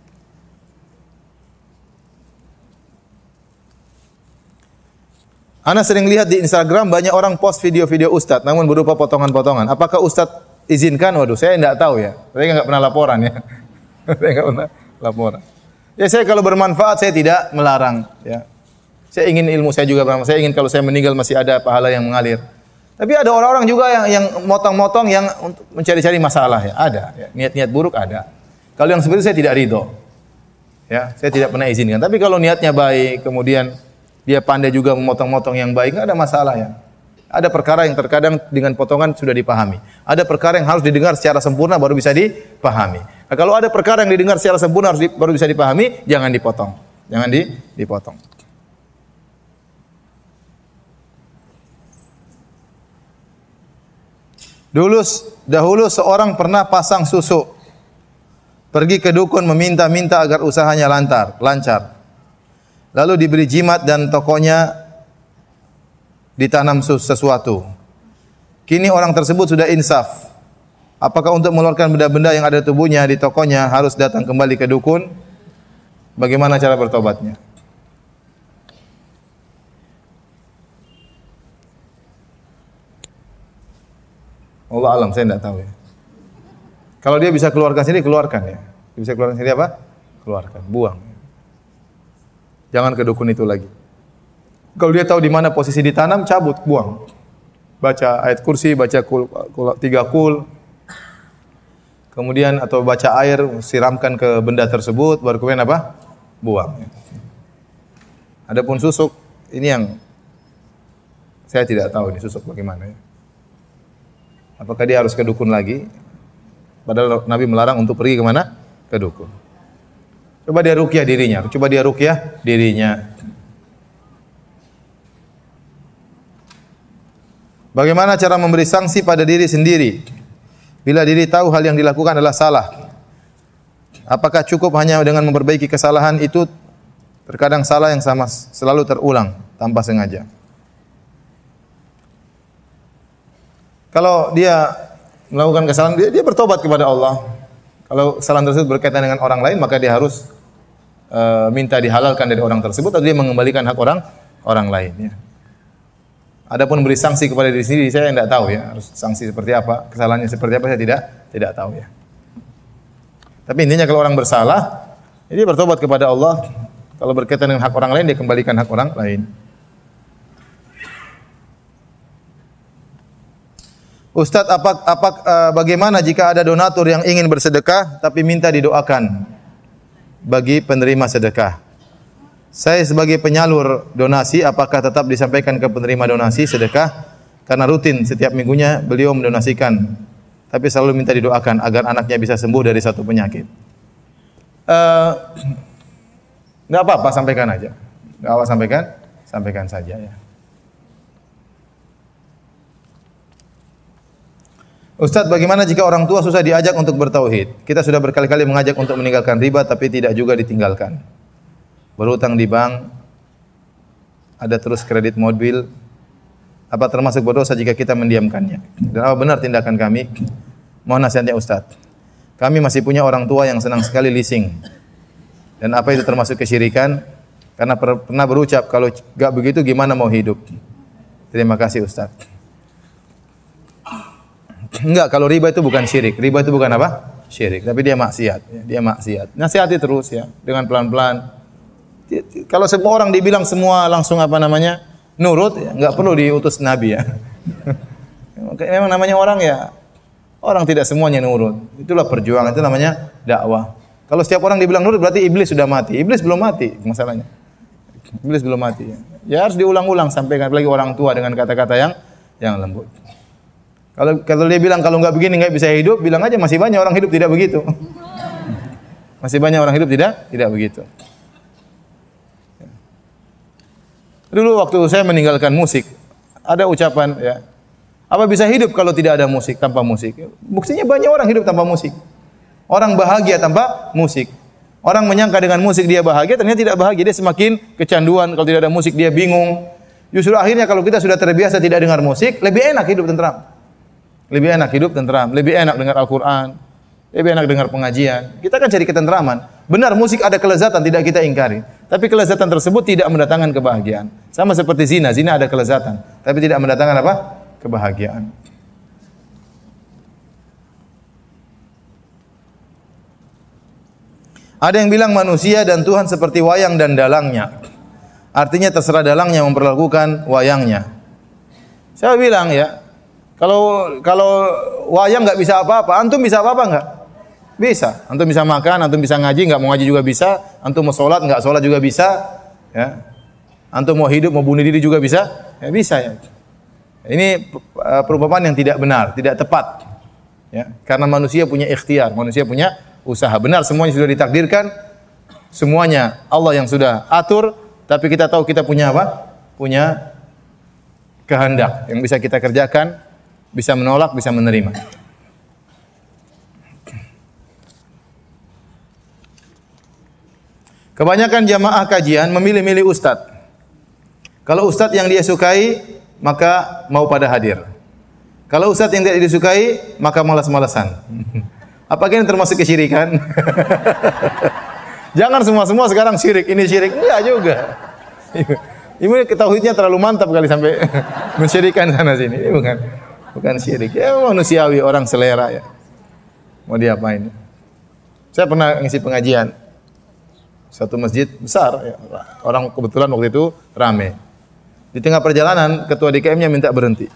Ana sering lihat di Instagram banyak orang post video-video ustaz namun berupa potongan-potongan. Apakah ustaz izinkan? Waduh, saya enggak tahu ya. Saya enggak pernah laporan ya. Saya enggak pernah laporan. Ya saya kalau bermanfaat saya tidak melarang ya. Saya ingin ilmu saya juga bermanfaat. Saya ingin kalau saya meninggal masih ada pahala yang mengalir. Tapi ada orang-orang juga yang yang motong-motong yang untuk mencari-cari masalah ya. Ada ya. Niat-niat buruk ada. Kalau yang seperti itu saya tidak ridho. Ya, saya tidak pernah izinkan. Tapi kalau niatnya baik, kemudian dia pandai juga memotong-motong yang baik, enggak ada masalah ya. Ada perkara yang terkadang dengan potongan sudah dipahami. Ada perkara yang harus didengar secara sempurna baru bisa dipahami. Nah, kalau ada perkara yang didengar secara sempurna harus di, baru bisa dipahami, jangan dipotong. Jangan di, dipotong. Dulu dahulu seorang pernah pasang susu. Pergi ke dukun meminta-minta agar usahanya lancar, lancar. Lalu diberi jimat dan tokonya ditanam sesuatu. Kini orang tersebut sudah insaf. Apakah untuk mengeluarkan benda-benda yang ada di tubuhnya di tokonya harus datang kembali ke dukun? Bagaimana cara bertobatnya? Allah alam, saya tidak tahu ya. Kalau dia bisa keluarkan sendiri, keluarkan ya. Dia bisa keluarkan sendiri apa? Keluarkan, buang. Jangan ke dukun itu lagi. Kalau dia tahu di mana posisi ditanam, cabut, buang. Baca ayat kursi, baca kul, kul, tiga kul. Kemudian atau baca air, siramkan ke benda tersebut, baru kemudian apa? Buang. Adapun susuk, ini yang saya tidak tahu ini susuk bagaimana ya. Apakah dia harus ke dukun lagi? Padahal Nabi melarang untuk pergi ke mana? Ke dukun. Coba dia ruqyah dirinya, coba dia ruqyah dirinya. Bagaimana cara memberi sanksi pada diri sendiri bila diri tahu hal yang dilakukan adalah salah? Apakah cukup hanya dengan memperbaiki kesalahan itu? Terkadang salah yang sama selalu terulang tanpa sengaja. Kalau dia melakukan kesalahan, dia, dia bertobat kepada Allah. Kalau kesalahan tersebut berkaitan dengan orang lain, maka dia harus uh, minta dihalalkan dari orang tersebut atau dia mengembalikan hak orang orang lain. Ya. Adapun beri sanksi kepada diri sendiri, saya tidak tahu ya. Harus sanksi seperti apa, kesalahannya seperti apa, saya tidak tidak tahu ya. Tapi intinya kalau orang bersalah, dia bertobat kepada Allah. Kalau berkaitan dengan hak orang lain, dia kembalikan hak orang lain. Ustadz, apa, apa, uh, bagaimana jika ada donatur yang ingin bersedekah tapi minta didoakan bagi penerima sedekah? Saya sebagai penyalur donasi, apakah tetap disampaikan ke penerima donasi sedekah? Karena rutin setiap minggunya beliau mendonasikan, tapi selalu minta didoakan agar anaknya bisa sembuh dari satu penyakit. Uh, nggak apa-apa, sampaikan aja. Nggak apa sampaikan, sampaikan saja ya. Ustadz, bagaimana jika orang tua susah diajak untuk bertauhid? Kita sudah berkali-kali mengajak untuk meninggalkan riba, tapi tidak juga ditinggalkan. Berhutang di bank, ada terus kredit mobil. Apa termasuk berdosa jika kita mendiamkannya? Dan apa benar tindakan kami? Mohon nasihatnya Ustadz. Kami masih punya orang tua yang senang sekali leasing. Dan apa itu termasuk kesyirikan? Karena pernah berucap, kalau gak begitu gimana mau hidup? Terima kasih Ustadz. Enggak, kalau riba itu bukan syirik. Riba itu bukan apa? Syirik. Tapi dia maksiat. Dia maksiat. Nasihati terus ya, dengan pelan-pelan. Kalau semua orang dibilang semua langsung apa namanya nurut, ya, enggak perlu diutus Nabi ya. Memang namanya orang ya, orang tidak semuanya nurut. Itulah perjuangan. Itu namanya dakwah. Kalau setiap orang dibilang nurut berarti iblis sudah mati. Iblis belum mati masalahnya. Iblis belum mati. Ya, ya harus diulang-ulang sampaikan apalagi orang tua dengan kata-kata yang yang lembut. Kalau kalau dia bilang kalau enggak begini enggak bisa hidup, bilang aja masih banyak orang hidup tidak begitu. Masih banyak orang hidup tidak tidak begitu. Dulu waktu saya meninggalkan musik, ada ucapan ya, apa bisa hidup kalau tidak ada musik, tanpa musik? Buktinya banyak orang hidup tanpa musik. Orang bahagia tanpa musik. Orang menyangka dengan musik dia bahagia, ternyata tidak bahagia. Dia semakin kecanduan, kalau tidak ada musik dia bingung. Justru akhirnya kalau kita sudah terbiasa tidak dengar musik, lebih enak hidup tentram. Lebih enak hidup tentram, lebih enak dengar Al-Quran, lebih enak dengar pengajian. Kita kan cari ketentraman. Benar musik ada kelezatan, tidak kita ingkari. Tapi kelezatan tersebut tidak mendatangkan kebahagiaan. Sama seperti zina, zina ada kelezatan, tapi tidak mendatangkan apa? Kebahagiaan. Ada yang bilang manusia dan Tuhan seperti wayang dan dalangnya. Artinya terserah dalangnya memperlakukan wayangnya. Saya bilang ya, kalau kalau wayang nggak bisa apa-apa, antum bisa apa-apa nggak? Bisa. Antum bisa makan, antum bisa ngaji, nggak mau ngaji juga bisa. Antum mau sholat, nggak sholat juga bisa. Ya. Antum mau hidup, mau bunuh diri juga bisa. Ya, bisa ya. Ini perumpamaan yang tidak benar, tidak tepat. Ya. Karena manusia punya ikhtiar, manusia punya usaha. Benar, semuanya sudah ditakdirkan. Semuanya Allah yang sudah atur. Tapi kita tahu kita punya apa? Punya kehendak yang bisa kita kerjakan, bisa menolak, bisa menerima. Kebanyakan jamaah kajian memilih-milih ustadz. Kalau ustadz yang dia sukai, maka mau pada hadir. Kalau ustadz yang tidak disukai, maka malas-malasan. Apakah ini termasuk kesyirikan? Jangan semua-semua sekarang syirik, ini syirik. Enggak juga. Ini tauhidnya terlalu mantap kali sampai mensyirikan sana sini. Ini bukan bukan syirik. Ya manusiawi, orang selera ya. Mau diapain? Saya pernah ngisi pengajian satu masjid besar, ya. Orang kebetulan waktu itu rame. Di tengah perjalanan, ketua D K M-nya minta berhenti.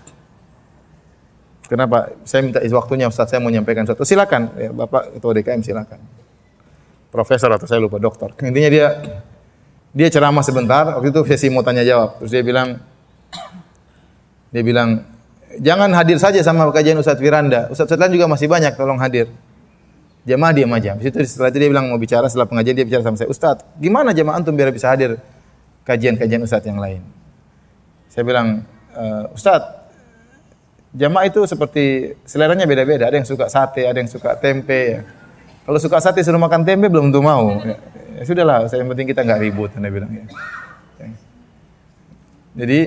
Kenapa? Saya minta waktunya, Ustaz, saya mau menyampaikan sesuatu. Silakan, ya, Bapak ketua D K M silakan. Profesor atau saya lupa, doktor. Intinya dia dia ceramah sebentar. Waktu itu sesi mau tanya jawab. Terus dia bilang, dia bilang, jangan hadir saja sama kajian Ustaz Firanda. Ustaz-ustaz lain juga masih banyak, tolong hadir. Jamaah diam aja. Habis itu setelah itu dia bilang mau bicara, setelah pengajian dia bicara sama saya, Ustaz, gimana jamaah antum biar bisa hadir kajian-kajian Ustaz yang lain? Saya bilang, e, Ustaz, jamaah itu seperti seleranya beda-beda. Ada yang suka sate, ada yang suka tempe. Ya. Kalau suka sate suruh makan tempe belum tentu mau. Ya, ya sudahlah, yang penting kita nggak ribut. Anda bilang ya. Ya. Jadi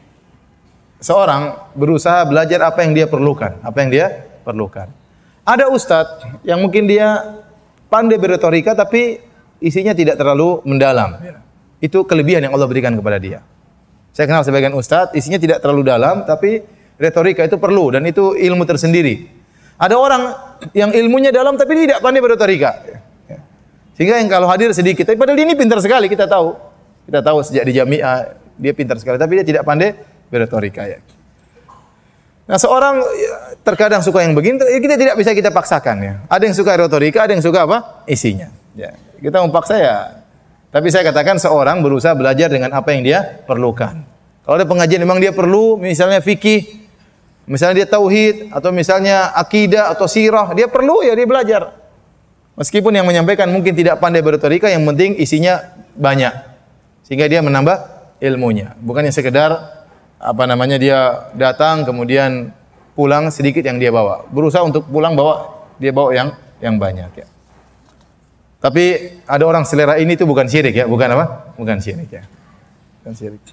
seorang berusaha belajar apa yang dia perlukan, apa yang dia perlukan. Ada ustadz yang mungkin dia pandai berretorika tapi isinya tidak terlalu mendalam. Itu kelebihan yang Allah berikan kepada dia. Saya kenal sebagian ustadz, isinya tidak terlalu dalam tapi retorika itu perlu dan itu ilmu tersendiri. Ada orang yang ilmunya dalam tapi tidak pandai berretorika. Sehingga yang kalau hadir sedikit, tapi padahal ini pintar sekali, kita tahu. Kita tahu sejak di Jami'ah dia pintar sekali tapi dia tidak pandai berretorika ya. Nah, seorang terkadang suka yang begini, kita tidak bisa kita paksakan ya. Ada yang suka retorika, ada yang suka apa? Isinya. Ya, kita memaksa ya. Tapi saya katakan seorang berusaha belajar dengan apa yang dia perlukan. Kalau ada pengajian memang dia perlu, misalnya fikih, misalnya dia tauhid, atau misalnya akidah atau sirah, dia perlu ya dia belajar. Meskipun yang menyampaikan mungkin tidak pandai berretorika, yang penting isinya banyak. Sehingga dia menambah ilmunya. Bukan yang sekedar apa namanya dia datang kemudian pulang sedikit yang dia bawa. Berusaha untuk pulang bawa dia bawa yang yang banyak ya. Tapi ada orang selera ini itu bukan syirik ya, bukan apa? Bukan syirik ya. Bukan syirik.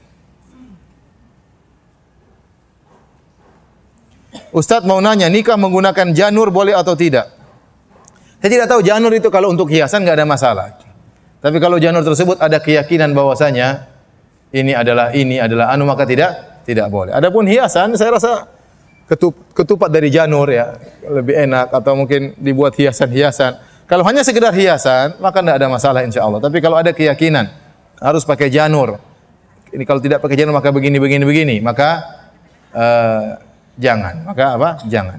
Ustadz mau nanya, nikah menggunakan janur boleh atau tidak? Saya tidak tahu janur itu kalau untuk hiasan enggak ada masalah. Tapi kalau janur tersebut ada keyakinan bahwasanya ini adalah ini adalah anu maka tidak tidak boleh. Adapun hiasan saya rasa ketup, ketupat dari janur ya lebih enak atau mungkin dibuat hiasan-hiasan. Kalau hanya sekedar hiasan maka tidak ada masalah insyaallah. Tapi kalau ada keyakinan harus pakai janur. Ini kalau tidak pakai janur maka begini begini begini, maka uh, jangan. Maka apa? Jangan.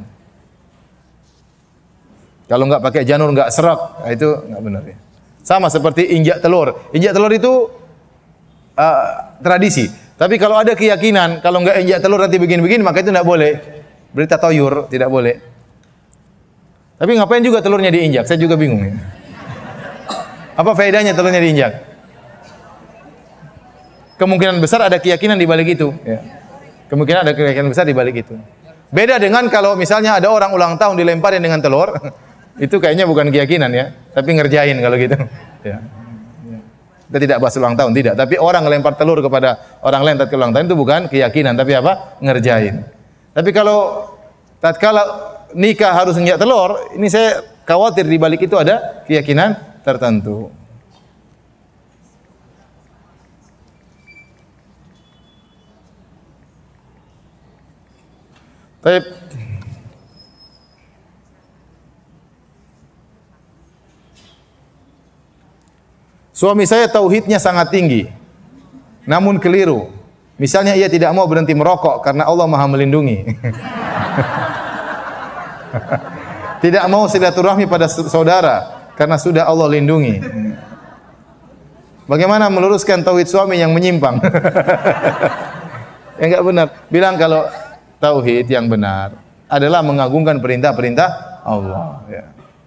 Kalau enggak pakai janur enggak serak, itu enggak benar ya. Sama seperti injak telur. Injak telur itu uh, tradisi. Tapi kalau ada keyakinan kalau enggak injak telur nanti begini-begini maka itu enggak boleh. Berita toyur tidak boleh. Tapi ngapain juga telurnya diinjak? Saya juga bingung ya. Apa faedahnya telurnya diinjak? Kemungkinan besar ada keyakinan di balik itu. Ya. Kemungkinan ada keyakinan besar di balik itu. Beda dengan kalau misalnya ada orang ulang tahun dilemparin dengan telur, itu kayaknya bukan keyakinan ya, tapi ngerjain kalau gitu. Ya. Kita tidak bahas ulang tahun, tidak. Tapi orang ngelempar telur kepada orang lain tatkala ulang tahun itu bukan keyakinan, tapi apa? Ngerjain. Tapi kalau tatkala nikah harus injak telur, ini saya khawatir di balik itu ada keyakinan tertentu. Baik. Suami saya tauhidnya sangat tinggi, namun keliru. Misalnya ia tidak mau berhenti merokok karena Allah Maha melindungi. Tidak mau silaturahmi pada saudara karena sudah Allah lindungi. Bagaimana meluruskan tauhid suami yang menyimpang? Ya enggak benar. Bilang kalau tauhid yang benar adalah mengagungkan perintah-perintah Allah. Ya.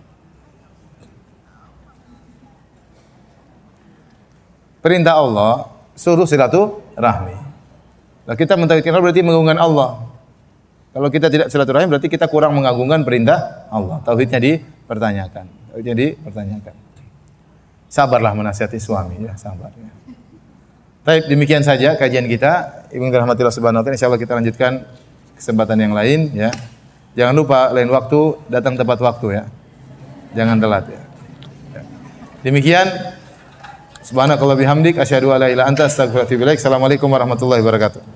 Perintah Allah suruh silaturahmi. Nah, kita mentauhidkan Allah berarti mengagungkan Allah. Kalau kita tidak silaturahmi berarti kita kurang mengagungkan perintah Allah. Tauhidnya dipertanyakan. Tauhidnya dipertanyakan. Sabarlah menasihati suami ya, sabar ya. Baik, demikian saja kajian kita. Ibu rahmatillah subhanahu wa taala. Insyaallah kita lanjutkan kesempatan yang lain ya. Jangan lupa lain waktu datang tepat waktu ya. Jangan telat ya. Demikian subhanakallah bihamdik asyhadu alla ilaha illa anta astaghfiruka wa atubu ilaik. Assalamualaikum warahmatullahi wabarakatuh.